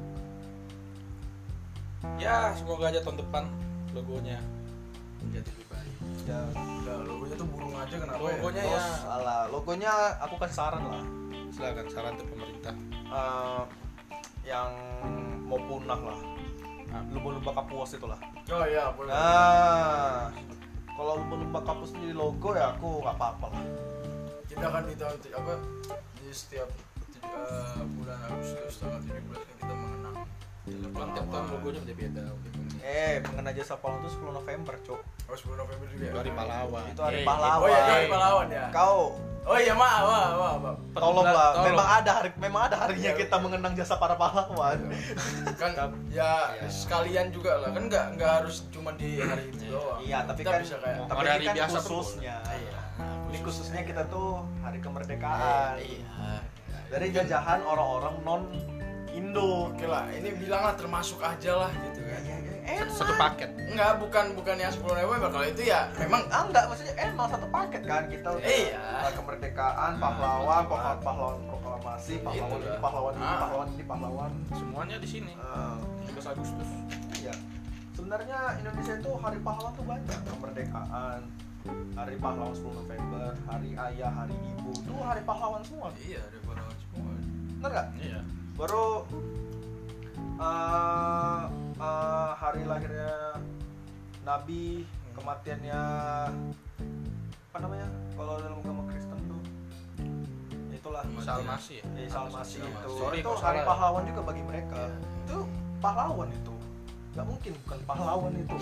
B: Ya semoga aja tahun depan logonya menjadi lebih baik.
A: Ya,
C: Nah, logonya tuh burung aja kenapa
B: Logonya
C: ya?
B: ya.
A: salah. Logonya aku kasih saran lah.
B: Silakan saran untuk pemerintah.
A: Yang mau punah lah. Lumba-lumba Kapuas itulah.
C: Oh iya, boleh.
A: Nah, kalau lumba-lumba Kapuas di logo ya aku nggak apa-apa lah.
C: Kita kan di tahun apa di setiap bulan Agustus tanggal 17 kan kita mengenang
B: Kan tiap tahun logonya beda-beda.
A: Mengenai jasa pahlawan itu 10 November, Cok.
C: Oh 10 November juga ya?
B: Itu hari pahlawan.
A: Itu hari
B: Yeay.
A: pahlawan.
C: Oh iya, itu hari pahlawan ya?
A: Kau
C: Oh iya, maaf.
A: tolonglah,
B: Tolong.
A: memang ada harinya
C: Iya,
A: kita
C: iya.
A: mengenang jasa para pahlawan.
C: Kan ya sekalian juga lah, kan nggak harus cuma di hari itu doang.
A: Iya, tapi
C: Kita
A: kan
C: bisa kayak
A: tapi
B: hari
A: ini kan
B: biasa pun
A: khususnya.
C: iya.
A: Ini khususnya kita tuh hari kemerdekaan.
C: Iya.
A: Dari jajahan orang-orang non Indo.
C: Oke lah, ini bilanglah termasuk aja lah gitu kan.
B: Satu paket.
C: Enggak, bukan yang 10 November, kalau itu ya memang
A: Enggak, maksudnya emang satu paket kan kita udah
C: Iya.
A: kemerdekaan, pahlawan, pahlawan proklamasi, pahlawan
C: Gitu
A: ini,
C: lah.
A: pahlawan ini,
C: Ah.
A: pahlawan ini, pahlawan.
B: Semuanya di sini. 17 Agustus.
A: Iya. Sebenarnya Indonesia itu hari pahlawan tuh banyak, kemerdekaan, hari pahlawan 10 November, hari ayah, hari ibu, itu hari pahlawan semua.
C: iya ada pahlawan semua.
A: Bener nggak?
B: Iya.
A: Baru hari lahirnya Nabi, kematiannya apa namanya? Kalau dalam agama Kristen tuh itulah
B: Salmasi ya.
A: Isa Al-Masih itu.
B: Sorry
A: Itu
B: kalau
A: hari
B: salah.
A: pahlawan juga bagi mereka. Itu pahlawan itu. Nggak mungkin bukan pahlawan itu.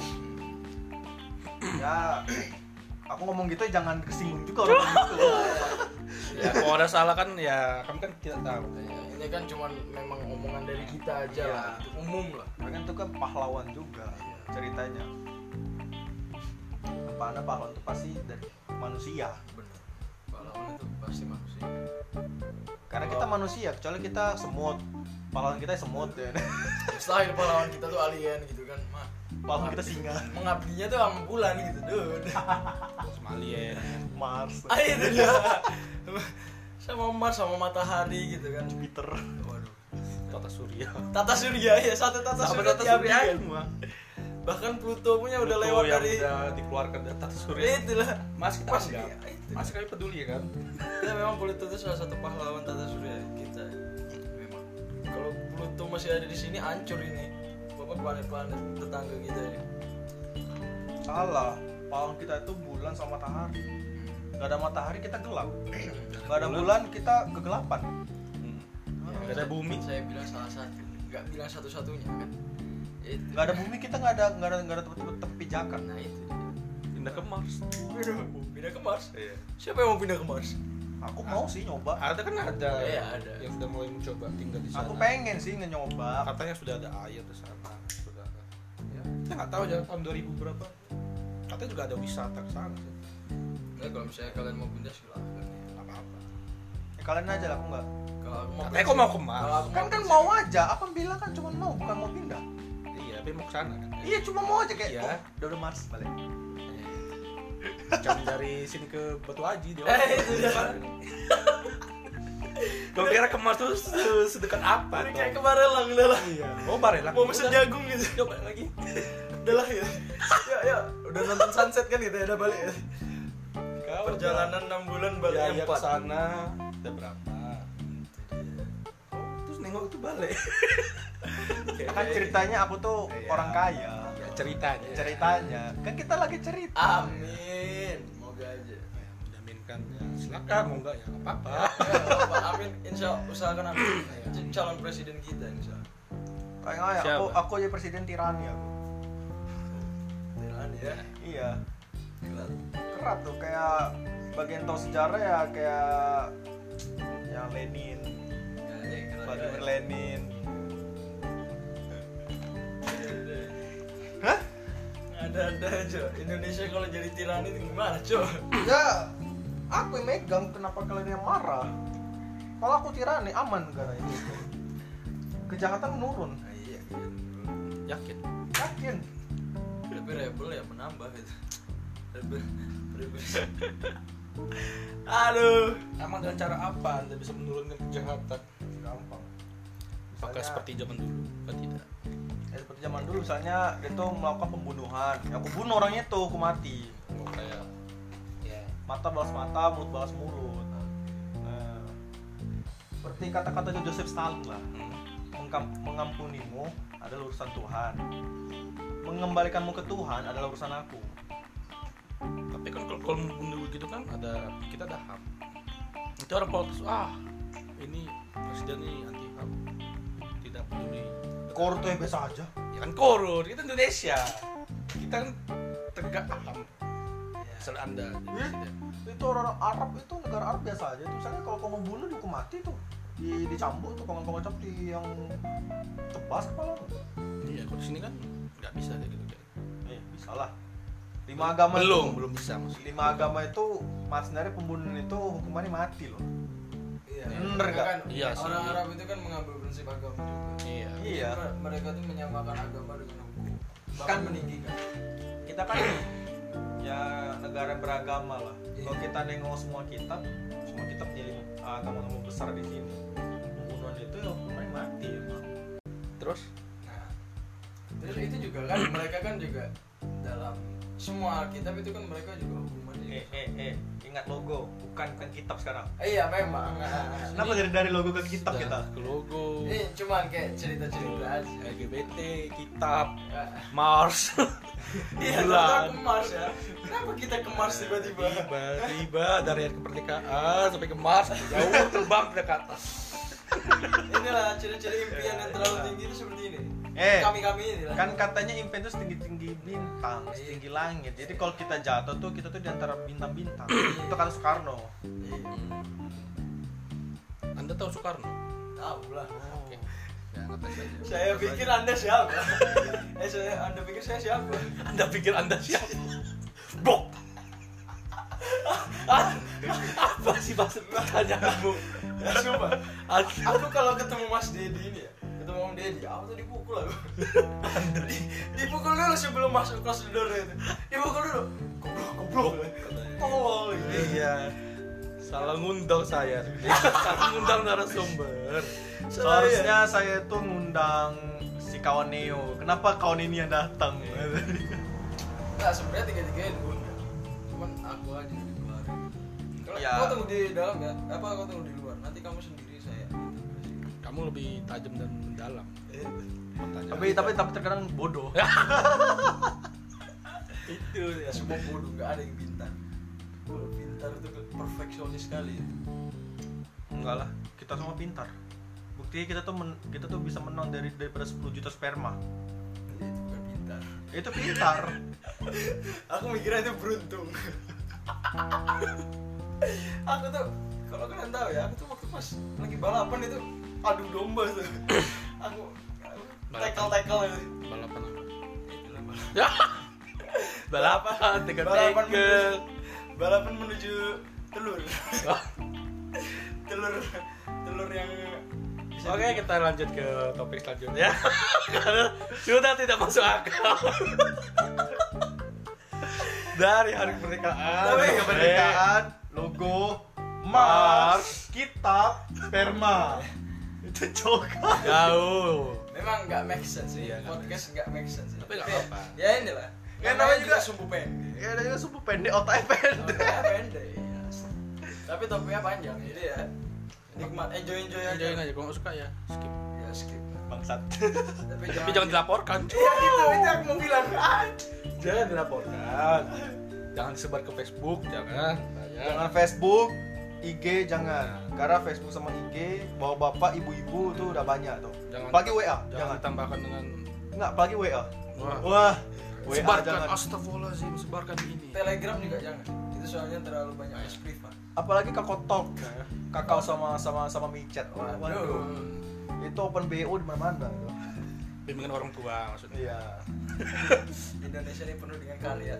A: Ya, aku ngomong gitu jangan kesinggung juga orang gitu.
B: Ya kalau ada salah kan ya kami kan tidak tahu.
C: Ini ini kan cuman memang omongan dari kita aja
A: Iya.
C: lah, itu umum lah.
A: Mereka itu kan pahlawan juga ceritanya. Apa anda pahlawan itu pasti dari manusia.
C: Bener. Pahlawan itu pasti manusia.
A: Karena kita manusia, kecuali kita semut. Pahlawan kita semut ya.
C: Mustahil pahlawan kita tuh alien gitu kan, mah.
A: Pahlawan kita singa,
C: Mengabdinya tuh sama bulan gitu, dude.
B: Sama alien.
A: Mars,
C: Ah itu dia. Sama Mars, sama matahari gitu kan.
A: Jupiter.
C: Waduh.
B: Tata surya.
C: Tata surya ya, satu tata
B: Sama
C: surya
B: tata
C: tiap
B: surya
C: hari.
B: semua.
C: Bahkan Pluto punya udah
B: Pluto
C: lewat
B: yang
C: dari
B: udah dikeluarkan dari tata surya.
C: itulah.
B: Masih kita
C: Masih,
B: anggap.
C: ya, itu.
B: Masih kami peduli ya kan?
C: Ya memang Pluto itu salah satu pahlawan tata surya kita. Memang. Kalau Pluto masih ada di sini hancur ini. Bapak planet-planet tetangga kita ini.
A: Salah, pahlawan kita itu bulan sama matahari. Gak ada matahari kita gelap. Gak ada bulan kita kegelapan.
B: Gak ada bumi.
C: Saya bilang salah satu, nggak bilang satu-satunya kan. Itu.
A: Gak ada bumi kita nggak ada tempat pijakan.
C: Nah itu.
B: Pindah ke Mars.
C: Pindah ke Mars.
B: Iya.
C: Siapa yang mau pindah ke Mars?
A: Aku mau sih nyoba.
B: Ada kan ada.
C: Iya, ada.
B: Yang sudah mulai mencoba tinggal di sana.
A: Aku pengen sih nyoba.
B: Katanya sudah ada air di sana. Sudah ada. Ya, kita nggak tahu ya tahun 2000 berapa. Katanya juga ada wisata ke sana sih.
C: Nah, kalau misalnya kalian mau pindah silahkan. Ya.
B: Nggak apa-apa.
A: Ya, kalian aja lah, aku nggak.
C: Kalau aku mau
B: Katanya kok mau ke Mars.
C: Kalau aku
A: Kan mau aja. Apa bilang kan cuma mau, bukan mau pindah.
B: Iya, tapi mau ke sana kan.
A: Iya cuma mau aja kayak.
B: Iya.
A: Oh, udah Mars balik.
B: Jangan dari sini ke Batu Haji dia.
C: Itu dia.
B: Kau kira ke Mars tuh sedekat apa?
C: Ini kayak kemarin lah udah lah.
B: Iya. Oh, Barelang.
C: Mau mesen jagung gitu.
B: Coba lagi.
C: Udah lah ya. Ya, udah nonton sunset kan gitu ya, udah balik ya.
B: Kau
C: Perjalanan 6 bulan baliknya
B: biaya ke
C: 4.
B: sana udah berapa? Oh, terus nengok itu balik.
A: Kan ceritanya aku tuh
B: Iya.
A: orang kaya.
B: Ya, ceritanya.
A: Ceritanya. Kan kita lagi cerita.
C: Amin. Moga aja.
B: Ya, menjaminkan ya silakan mau enggak ya nggak apa-apa.
C: Ya, amin. Insya usahakan amin. Calon presiden kita insya Allah.
A: Kayak
B: Siapa?
A: aku aja presiden tirani aku.
C: Beneran ya.
A: Iya.
C: Kelat.
A: Kerat tuh kayak bagian tahu sejarah ya kayak yang Lenin, Vladimir Lenin. Hah?
C: Ada aja. Indonesia kalau jadi tirani itu gimana, Cok?
A: Ya, aku yang megang. Kenapa kalian yang marah? Kalau aku tirani aman negara ini. Kejahatan menurun.
C: Nah, iya.
B: Yakin.
A: Yakin.
C: Tapi rebel ya menambah gitu. Rebel. Aduh.
B: Emang dengan cara apa Anda bisa menurunkan kejahatan?
A: Gampang.
B: Apakah
A: Misalnya-
B: seperti zaman dulu? Atau tidak?
A: Ya, seperti zaman dulu misalnya dia tuh melakukan pembunuhan. Ya, aku bunuh orangnya tuh, aku mati.
B: Oh, kayak ya.
A: Mata balas mata, mulut balas mulut. Nah, seperti kata-kata Joseph Stalin lah. Mengampunimu adalah urusan Tuhan. Mengembalikanmu ke Tuhan adalah urusan aku.
B: Tapi kan kalau membunuh gitu kan ada kita ada HAM. Itu orang protes, ini presiden nih anti HAM, tidak peduli.
A: Korupto yang biasa aja.
B: Ya kan korur, kita Indonesia, kita kan tegak HAM. Asal Anda jadi presiden.
A: Itu orang Arab itu negara Arab biasa aja. Itu misalnya kalau kau mau bunuh dihukum mati tuh. Dicambuk tuh kalau kau macam di yang tebas kepala.
B: Iya, kalau di sini kan nggak bisa kayak gitu kan.
A: Bisa lah. 5 agama
B: belum bisa maksudnya.
A: 5 agama itu sebenarnya pembunuhan itu hukumannya mati loh.
C: Iya.
A: Bener nggak?
C: Kan,
B: Iya sih.
C: orang Arab itu kan mengambil prinsip agama juga.
B: Iya.
A: Iya.
C: Jadi mereka tuh menyamakan agama dengan hukum. Bahkan
A: Kan-
C: meninggikan.
A: Kita kan ya negara beragama lah. Kalau
C: Iya.
A: kita nengok semua kitab jadi agama-agama besar di sini. Pembunuhan itu ya hukumannya mati emang.
B: Terus
C: Nah, terus itu juga kan mereka kan juga dalam semua kitab itu kan mereka juga hukumannya.
A: Ingat logo, bukan kitab sekarang.
C: Iya memang.
A: Kenapa dari logo ke kitab
B: udah
A: kita?
B: ke logo,
C: Ini cuman kayak cerita-cerita aja.
B: LGBT, kitab,
C: Ya.
B: Mars.
C: Iya,
B: Bulan.
C: kita ke Mars ya. Kenapa kita ke Mars tiba-tiba?
B: Tiba-tiba dari hari kemerdekaan sampai ke Mars jauh terbang ke atas.
C: Inilah ciri-ciri impian yang terlalu tinggi itu seperti ini.
A: Eh,
C: Kami ini lah.
A: Kan katanya impian itu setinggi-tinggi bintang, setinggi langit. Jadi kalau kita jatuh tuh kita tuh di antara bintang-bintang. Itu kata Soekarno.
C: Iya.
B: Anda tahu Soekarno?
C: Tahu lah.
B: Oke. Ya, ngetes aja.
C: Saya pikir Anda siapa? Anda pikir saya siapa?
B: Anda pikir Anda siapa? Bok. Apa sih maksud pertanyaanmu?
C: Sumpah. Aku kalau ketemu Mas Dedi ini ya, ketemu Om Dedi, aku tuh dipukul aku. Dipukul dulu sebelum masuk kelas dulu itu. Dipukul dulu. Goblok. Tolol gitu.
B: Iya. Salah ngundang saya. Salah ngundang narasumber.
A: Seharusnya saya tuh ngundang si kawan Neo. Kenapa kawan ini yang datang?
C: Nah, sebenarnya tiga-tiganya diundang. Cuman aku aja yang dikeluarin. Kalau
A: Ya.
C: kau tunggu di dalam ya, apa kau tunggu di luar? Nanti kamu sendiri saya.
B: Kamu lebih tajam dan mendalam. Pertanyaan.
A: Tapi terkadang bodoh.
C: Itu ya semua bodoh, nggak ada yang pintar. Kalau pintar itu perfeksionis sekali.
A: Enggak lah, kita semua pintar. Buktinya kita tuh bisa menang daripada 10 juta sperma.
C: Itu bukan pintar.
A: Itu pintar.
C: Aku mikirnya itu beruntung. Aku tuh kalau kalian tahu ya, aku tuh waktu pas lagi balapan itu adu domba tuh. Aku tackle itu.
B: Balapan apa?
C: Itulah balapan.
B: Ya. Balapan, tekel.
C: Balapan menuju telur. telur yang bisa
B: Oke, kita lanjut ke topik selanjutnya. Karena sudah tidak masuk akal. Dari hari kemerdekaan,
A: Tapi kemerdekaan, logo, Mars, kitab, sperma. Itu juga.
B: jauh.
C: memang nggak make sense sih.
B: Iya, nggak
C: Podcast nggak make sense sih.
B: Tapi nggak apa-apa.
C: Ya inilah.
A: Ya,
C: Namanya
A: namanya
C: juga
A: juga
C: sumbu pendek.
A: Ya ada juga sumpah pendek, otaknya pendek.
C: Topiknya pendek. Ya. Tapi topiknya panjang. Jadi ya nikmat, enjoy aja.
B: Enjoyin aja, kalau nggak suka ya skip.
C: Ya skip.
A: Bangsat.
B: Tapi jangan dilaporkan.
C: Iya itu aku mau bilang.
B: Jangan dilaporkan. Jangan disebar ke Facebook, jangan.
A: Jangan Facebook, IG jangan. Karena Facebook sama IG bawa bapak ibu-ibu tuh udah banyak tuh.
B: Jangan.
A: Apalagi WA,
B: Jangan
A: jangan.
B: ditambahkan dengan
A: Enggak, apalagi WA.
B: Wah.
A: Wah, WA
B: sebarkan,
A: jangan.
B: astagfirullahaladzim, sebarkan ini.
C: Telegram juga jangan. Itu soalnya terlalu banyak privat.
A: Apalagi Kakotok. Kakao sama micet.
C: Waduh.
A: Itu open BO di mana-mana tuh.
B: Bimbingan orang tua maksudnya.
A: Iya.
C: Indonesia ini penuh dengan karya.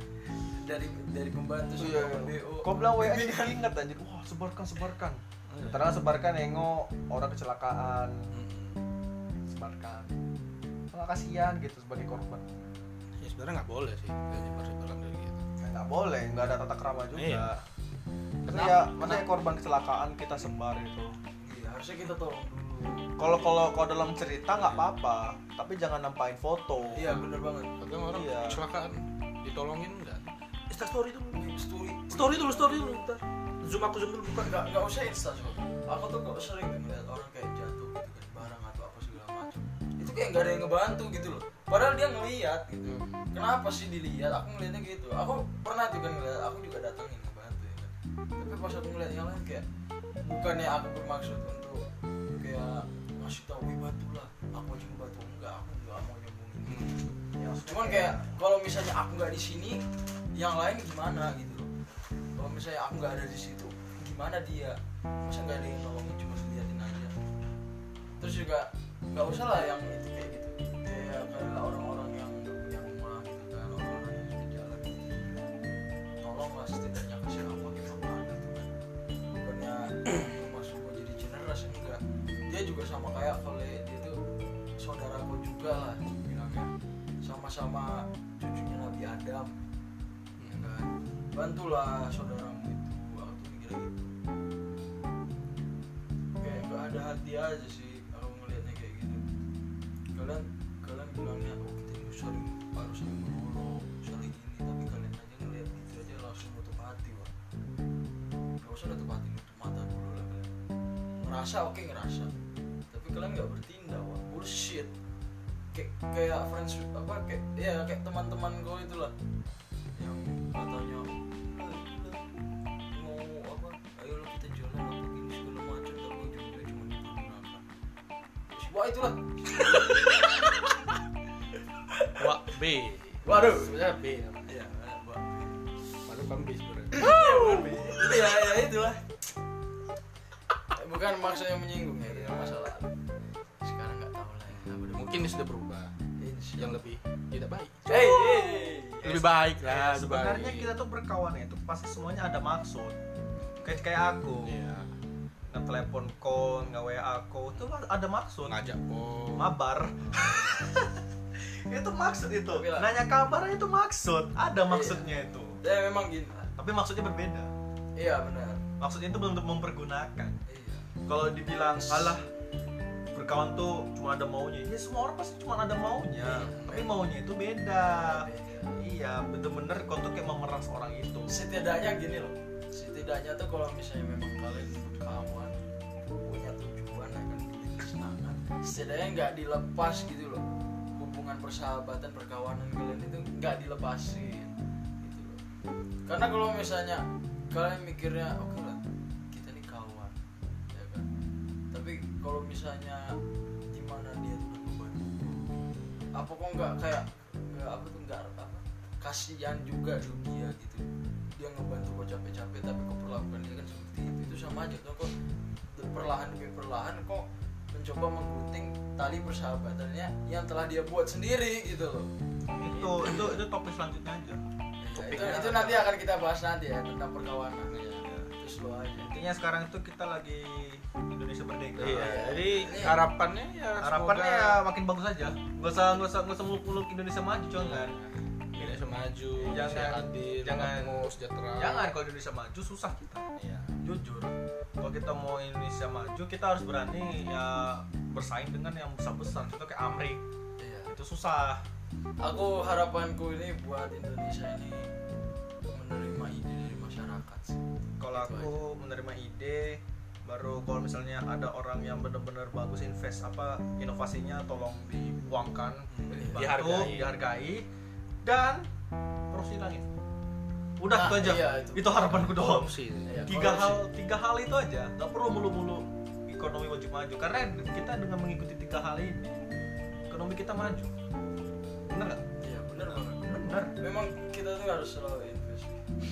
C: Dari pembantu sampai
A: Iya.
C: BO.
A: Kau bilang WA inget anjir. Wah, sebarkan. Ternyata sebarkan nengok orang kecelakaan. Sebarkan. Nggak kasihan gitu sebagai korban.
B: Ya sebenarnya nggak boleh sih nyebar-nyebaran kayak gitu.
A: Nggak boleh, nggak ada tata krama juga.
B: Iya.
A: Tapi
B: Kenapa?
A: ya, maksudnya korban kecelakaan kita sebar itu.
C: Iya, harusnya kita tolong dulu.
A: Kalau dalam cerita nggak apa-apa, tapi jangan nampain foto.
C: Iya, bener banget.
B: Kadang orang
A: Iya.
B: kecelakaan ditolongin enggak? Insta story dulu.
C: Story
B: Story dulu ntar. Zoom dulu buka.
C: nggak usah insta sob. Aku tuh kok sering ngeliat orang kayak jatuh gitu kan barang atau apa segala macam. Itu kayak nggak ada yang ngebantu gitu loh. Padahal dia ngeliat gitu. Kenapa sih dilihat? Aku ngeliatnya gitu. Aku pernah tuh kan ngeliat. Aku juga datangin ngebantu ya kan. Tapi pas aku ngeliat yang lain kayak bukannya aku bermaksud untuk kayak ngasih tahu bantu lah. Aku aja ngebantu enggak. Aku nggak mau nyambungin. Ya, cuman kayak kalau misalnya aku nggak di sini, yang lain gimana gitu loh. Kalau misalnya aku nggak ada di situ, gimana dia? Masa nggak ada yang nolongin, cuma liatin aja. Terus juga nggak usah lah yang itu kayak gitu. Kayak orang-orang yang nggak punya rumah gitu kan, orang-orang yang sudah jalan gitu. Tolonglah setidaknya kasih apa gitu apa gitu kan. Bukannya masuk mau jadi generasi enggak. Dia juga sama kayak kalau dia tuh saudaraku juga lah bilangnya. Sama-sama cucunya Nabi Adam. Ya kan? Bantulah saudaramu itu. Aku tuh mikirnya gitu. Kayak gak ada hati aja sih aku ngelihatnya kayak gitu. Kalian bilangnya oh kita ini harus menolong saling ini, tapi kalian aja ngelihat gitu aja langsung nutup hati wah. Gak usah nutup hati, nutup mata dulu lah kalian. Ngerasa oke ngerasa, tapi kalian nggak bertindak wah. Bullshit. Kayak friends apa kayak teman-teman gue itulah yang katanya mau apa ayo lo kita jalan apa gini segala macam tapi ujung-ujungnya cuma dipergunakan. Wah itulah.
B: Wah, B.
C: Waduh.
B: Sebenarnya B namanya.
C: Iya, Wah.
B: Padahal kan B sebenarnya.
C: Ya itulah. Bukan maksudnya menyinggung ya. dengan masa lalu. Sekarang nggak tahu lah ya.
B: Mungkin dia sudah berubah yang lebih tidak baik. Lebih baik lah.
A: Sebenarnya kita tuh berkawan itu pasti semuanya ada maksud. Kayak aku.
B: Iya.
A: Nge-telepon ko, nge-WA aku itu ada maksud.
B: Ngajak kok.
A: Mabar. Itu maksud itu.
C: Tapi lah.
A: Nanya kabar itu maksud. Ada maksudnya itu.
C: Ya memang gini.
A: Tapi maksudnya berbeda.
C: Iya benar.
A: Maksudnya itu belum untuk mempergunakan.
C: Iya.
A: Kalau dibilang alah berkawan tuh cuma ada maunya. Ya semua orang pasti cuma ada maunya. Tapi maunya itu beda. Iya, bener-bener kau tuh kayak memeras orang itu.
C: Setidaknya gini loh. Setidaknya tuh kalau misalnya memang kalian berkawan punya tujuan akan bikin kesenangan, setidaknya nggak dilepas gitu loh. Hubungan persahabatan perkawanan kalian itu nggak dilepasin gitu loh. Karena kalau misalnya kalian mikirnya oke lah kita nih kawan ya kan, tapi kalau misalnya gimana dia tuh udah ngebantu apa kok nggak kayak apa tuh nggak apa kasihan juga tuh dia gitu, dia ngebantu kok capek-capek tapi kok perlakukan dia kan seperti itu sama aja kok perlahan demi perlahan kok mencoba menggunting tali persahabatannya yang telah dia buat sendiri gitu loh.
A: Itu topik selanjutnya aja.
C: Itu nanti akan kita bahas nanti ya tentang perkawanan ya. Itu slow aja.
A: Intinya sekarang itu kita lagi Indonesia merdeka.
B: Iya. Jadi harapannya ya
A: makin bagus aja. Gak usah muluk-muluk Indonesia maju jangan.
B: Indonesia maju,
A: Jangan.
B: adil,
A: Jangan.
B: makmur, sejahtera.
A: Jangan, kalau Indonesia maju susah kita.
B: Iya.
A: Jujur. Kalau kita mau Indonesia maju kita harus berani ya bersaing dengan yang besar-besar. Contoh kayak Amrik.
C: Iya.
A: Itu susah.
C: Aku harapanku ini buat Indonesia ini menerima ide dari masyarakat sih.
A: Kalau
C: Itu
A: aku menerima ide, baru kalau misalnya ada orang yang benar-benar bagus invest inovasinya tolong diuangkan, dibantu, dihargai dan terus hilangin. Udah itu aja.
C: Iya,
A: itu harapanku doang.
B: Korupsi.
C: Iya,
A: Tiga hal itu aja. Gak perlu mulu-mulu ekonomi wajib maju karena kita dengan mengikuti 3 hal ini ekonomi kita maju. Bener nggak?
C: Iya benar banget.
A: Bener.
C: Memang kita tuh harus selalu invest.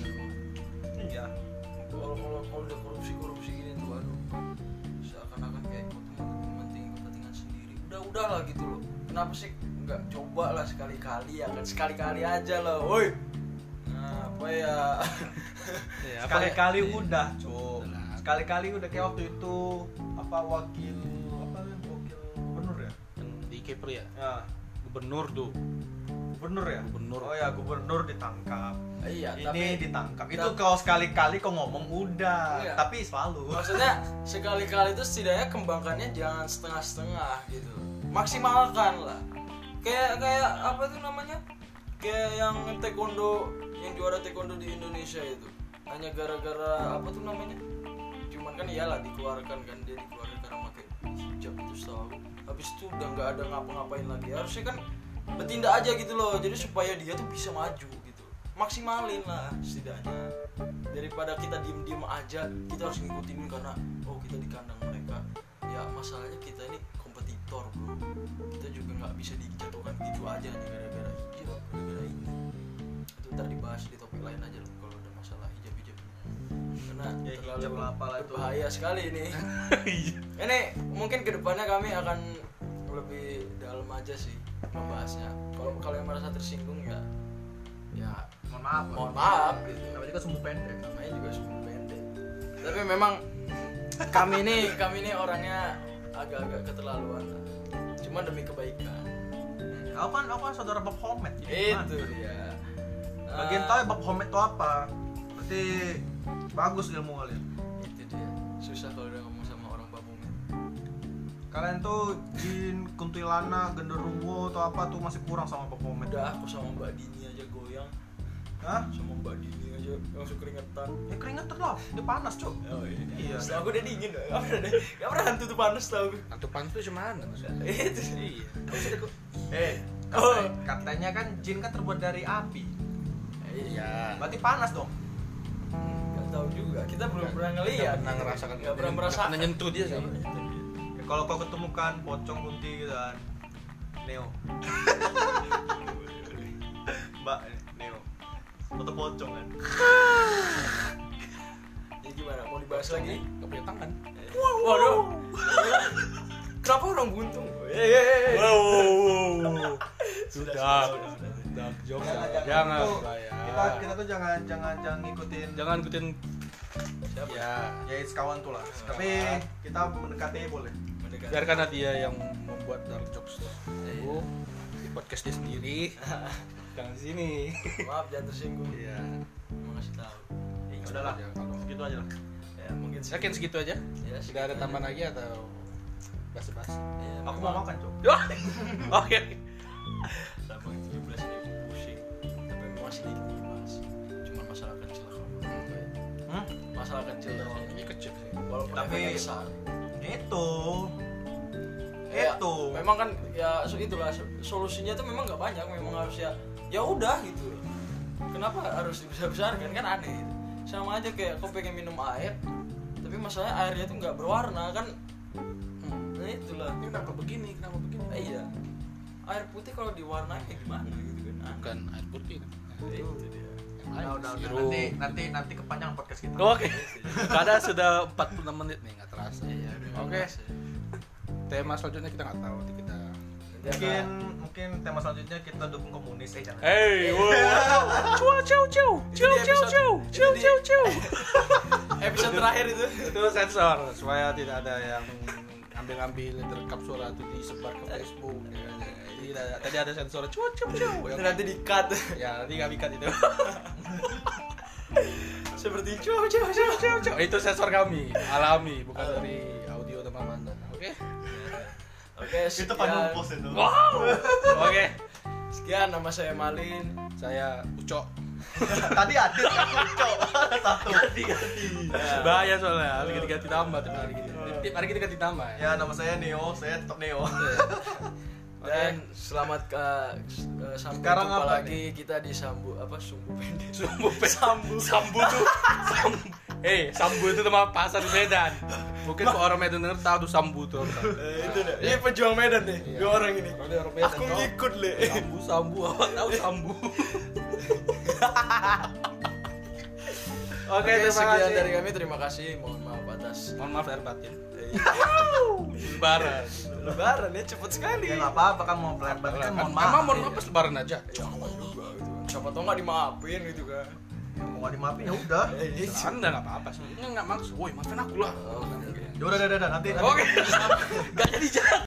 A: Iya.
C: Kalau udah korupsi gini tuh aduh seakan-akan kayak kau tuh penting kepentingan sendiri. Udah lah gitu loh. Kenapa sih nggak coba lah sekali-kali ya kan, sekali-kali aja lah, woi. Nah, apa ya?
B: Iya,
A: Sekali-kali udah, Cuk. Sekali-kali udah kayak waktu itu wakil gubernur ya?
B: Yang di Kepri ya.
A: Ya,
B: Gubernur tuh.
A: gubernur ya?
B: Gubernur.
A: Oh ya, gubernur ditangkap.
C: Iya,
A: Ini
C: tapi
A: ditangkap. Itu kalau sekali-kali kau ngomong udah,
C: Iya.
A: tapi selalu.
C: maksudnya sekali-kali itu setidaknya kembangkannya jangan setengah-setengah gitu, maksimalkan lah. Kayak apa tuh namanya, kayak yang taekwondo, yang juara taekwondo di Indonesia itu hanya gara-gara apa tuh namanya, cuman kan iyalah dikeluarkan kan, dia dikeluarkan karena pakai hijab itu setahu aku. Habis itu udah nggak ada ngapa-ngapain lagi. Harusnya kan bertindak aja gitu loh, jadi supaya dia tuh bisa maju gitu, maksimalin lah setidaknya, daripada kita diem-diem aja. Kita harus ngikutin karena kita di kandang mereka. Ya masalahnya kita ini kompetitor bro, kita juga nggak bisa dijatuhkan gitu aja hanya gara-gara hijab, gara-gara ini. Itu ntar dibahas di topik lain aja loh kalau ada masalah hijab karena
A: Ya,
C: terlalu
A: hijab lah, apalah itu.
C: berbahaya sekali ini. Ini mungkin kedepannya kami akan lebih dalam aja sih membahasnya. Kalau yang merasa tersinggung ya mohon maaf gitu.
A: Namanya juga sumbu pendek.
C: Namanya juga sumbu pendek. Tapi memang kami ini orangnya agak-agak keterlaluan lah. Cuma demi kebaikan.
A: Aku kan saudara Bob Homet.
C: Itu dia.
A: Bagian tahu Bob Homet itu apa? Berarti bagus ilmu kalian.
C: Itu dia. Susah kalau udah ngomong sama orang Babung.
A: Kalian tuh jin, kuntilanak, genderuwo atau apa tuh masih kurang sama Bob Homet.
C: Udah aku sama Mbak Dini aja goyang.
A: Hah?
C: Sama Mbak Dini aja langsung keringetan.
A: Ya keringetan lah, dia panas cuk.
C: Oh
A: Iya.
C: Setahu aku udah dingin. Gak pernah hantu tuh panas tau aku.
B: Hantu panas tuh cuma mana maksudnya?
C: Itu.
B: Iya.
A: Katanya kan jin kan terbuat dari api.
B: Iya.
A: Berarti panas dong.
C: Gak tahu juga. Kita belum pernah ngeliat.
B: Pernah ngerasakan.
C: Gak pernah merasakan.
B: Pernah nyentuh dia sih.
A: Ya, kalau kau ketemukan pocong kunti gitu kan. Neo. Mbak Neo. Foto pocong kan.
C: Ya gimana? Mau dibahas lagi?
B: Gak punya tangan.
C: Waduh. Kenapa orang buntung?
B: Wow. Sudah. Jokes. Jangan
A: tuh,
B: lah ya.
A: kita tuh jangan ngikutin
B: Siapa?
A: ya it's kawan tuh lah. Tapi kita mendekati boleh.
B: Biarkan dia yang membuat dark jokes. Aku di podcast dia sendiri. Jangan di sini.
C: Maaf jangan tersinggung.
B: Iya.
C: Mau ngasih tahu.
A: Ya udahlah, segitu aja lah.
C: Ya mungkin
B: Yakin segitu aja?
C: Ya,
B: Sudah ada tambahan lagi atau basi-basi?
C: Ya,
A: Aku mau makan, Cok.
B: Oke.
C: Lambang 17 ini pusing. Tapi memang sedikit mas. Cuma masalah kecil lah. Masalah kecil doang.
B: Ini kecil sih.
C: Walaupun
A: Tapi
C: efeknya besar.
A: Itu.
C: Memang kan ya itulah solusinya tuh memang nggak banyak, memang harus ya udah gitu. Kenapa harus dibesar-besarkan kan aneh gitu. Sama aja kayak kau pengen minum air, tapi masalahnya airnya tuh nggak berwarna kan. Nah itulah.
B: Ini kenapa begini?
C: Iya. Air putih kalau diwarnai kayak gimana gitu kan.
B: Bukan air putih.
C: Itu dia.
A: Udah.
B: Sirup.
A: Nanti kepanjangan podcast kita.
B: Oke. Karena sudah 46 menit nih, nggak terasa.
C: Iya.
B: Oke. Tema selanjutnya kita nggak tahu, nanti kita.
A: Mungkin tema selanjutnya kita dukung komunis jangan.
B: Hey, wow. Ciu.
C: Episode terakhir itu.
B: Itu sensor supaya tidak ada yang ambil rekap suara itu disebar ke Facebook. Ya. Tadi ada sensor ciu.
C: Itu nanti di-cut.
B: Ya, nanti nggak bikat itu.
C: Seperti ciu.
B: Itu sensor kami, alami, bukan dari audio teman-teman. Oke.
C: Oke,
A: Itu panjang post itu.
B: Wow. Oke.
C: Sekian nama saya Malin.
B: Saya Ucok.
A: Tadi Adit kan Cok. Satu.
B: Bahaya soalnya, harus ganti nama tiap hari kita. Tiap hari kita ganti nama ya.
A: Ya, nama saya Neo, saya tetap Neo.
C: Dan selamat sampai
A: Sekarang
C: jumpa
A: apa
C: lagi kita di Sumbu pendek.
B: Sambu tuh. Sambu itu nama pasar Medan. Mungkin kalau orang Medan denger tahu tuh Sambu tuh.
C: Itu deh. Ini pejuang Medan nih,
B: Iya.
C: dua orang ini.
B: Kalau dia orang Medan,
C: Aku
B: tau.
C: ngikut le.
B: Sambu apa tahu Sambu. Oke, terima
C: sekian
B: kasih.
C: dari kami. Terima kasih. Mohon maaf atas
B: Mohon maaf lahir batin. Lebaran.
C: Lebaran ya cepet sekali.
A: Ya enggak apa-apa kan mau plan-plan kan mohon maaf.
B: Emang mohon maaf pas lebaran aja.
C: Ya aman juga gitu. Siapa tau nggak dimaafin gitu kan.
A: Ya, mau nggak dimaafin ya udah.
B: Anda nggak apa-apa sih. Nggak maksud. Woi, maafin aku lah.
A: Ya udah nanti.
B: Oke. Gak jadi jalan.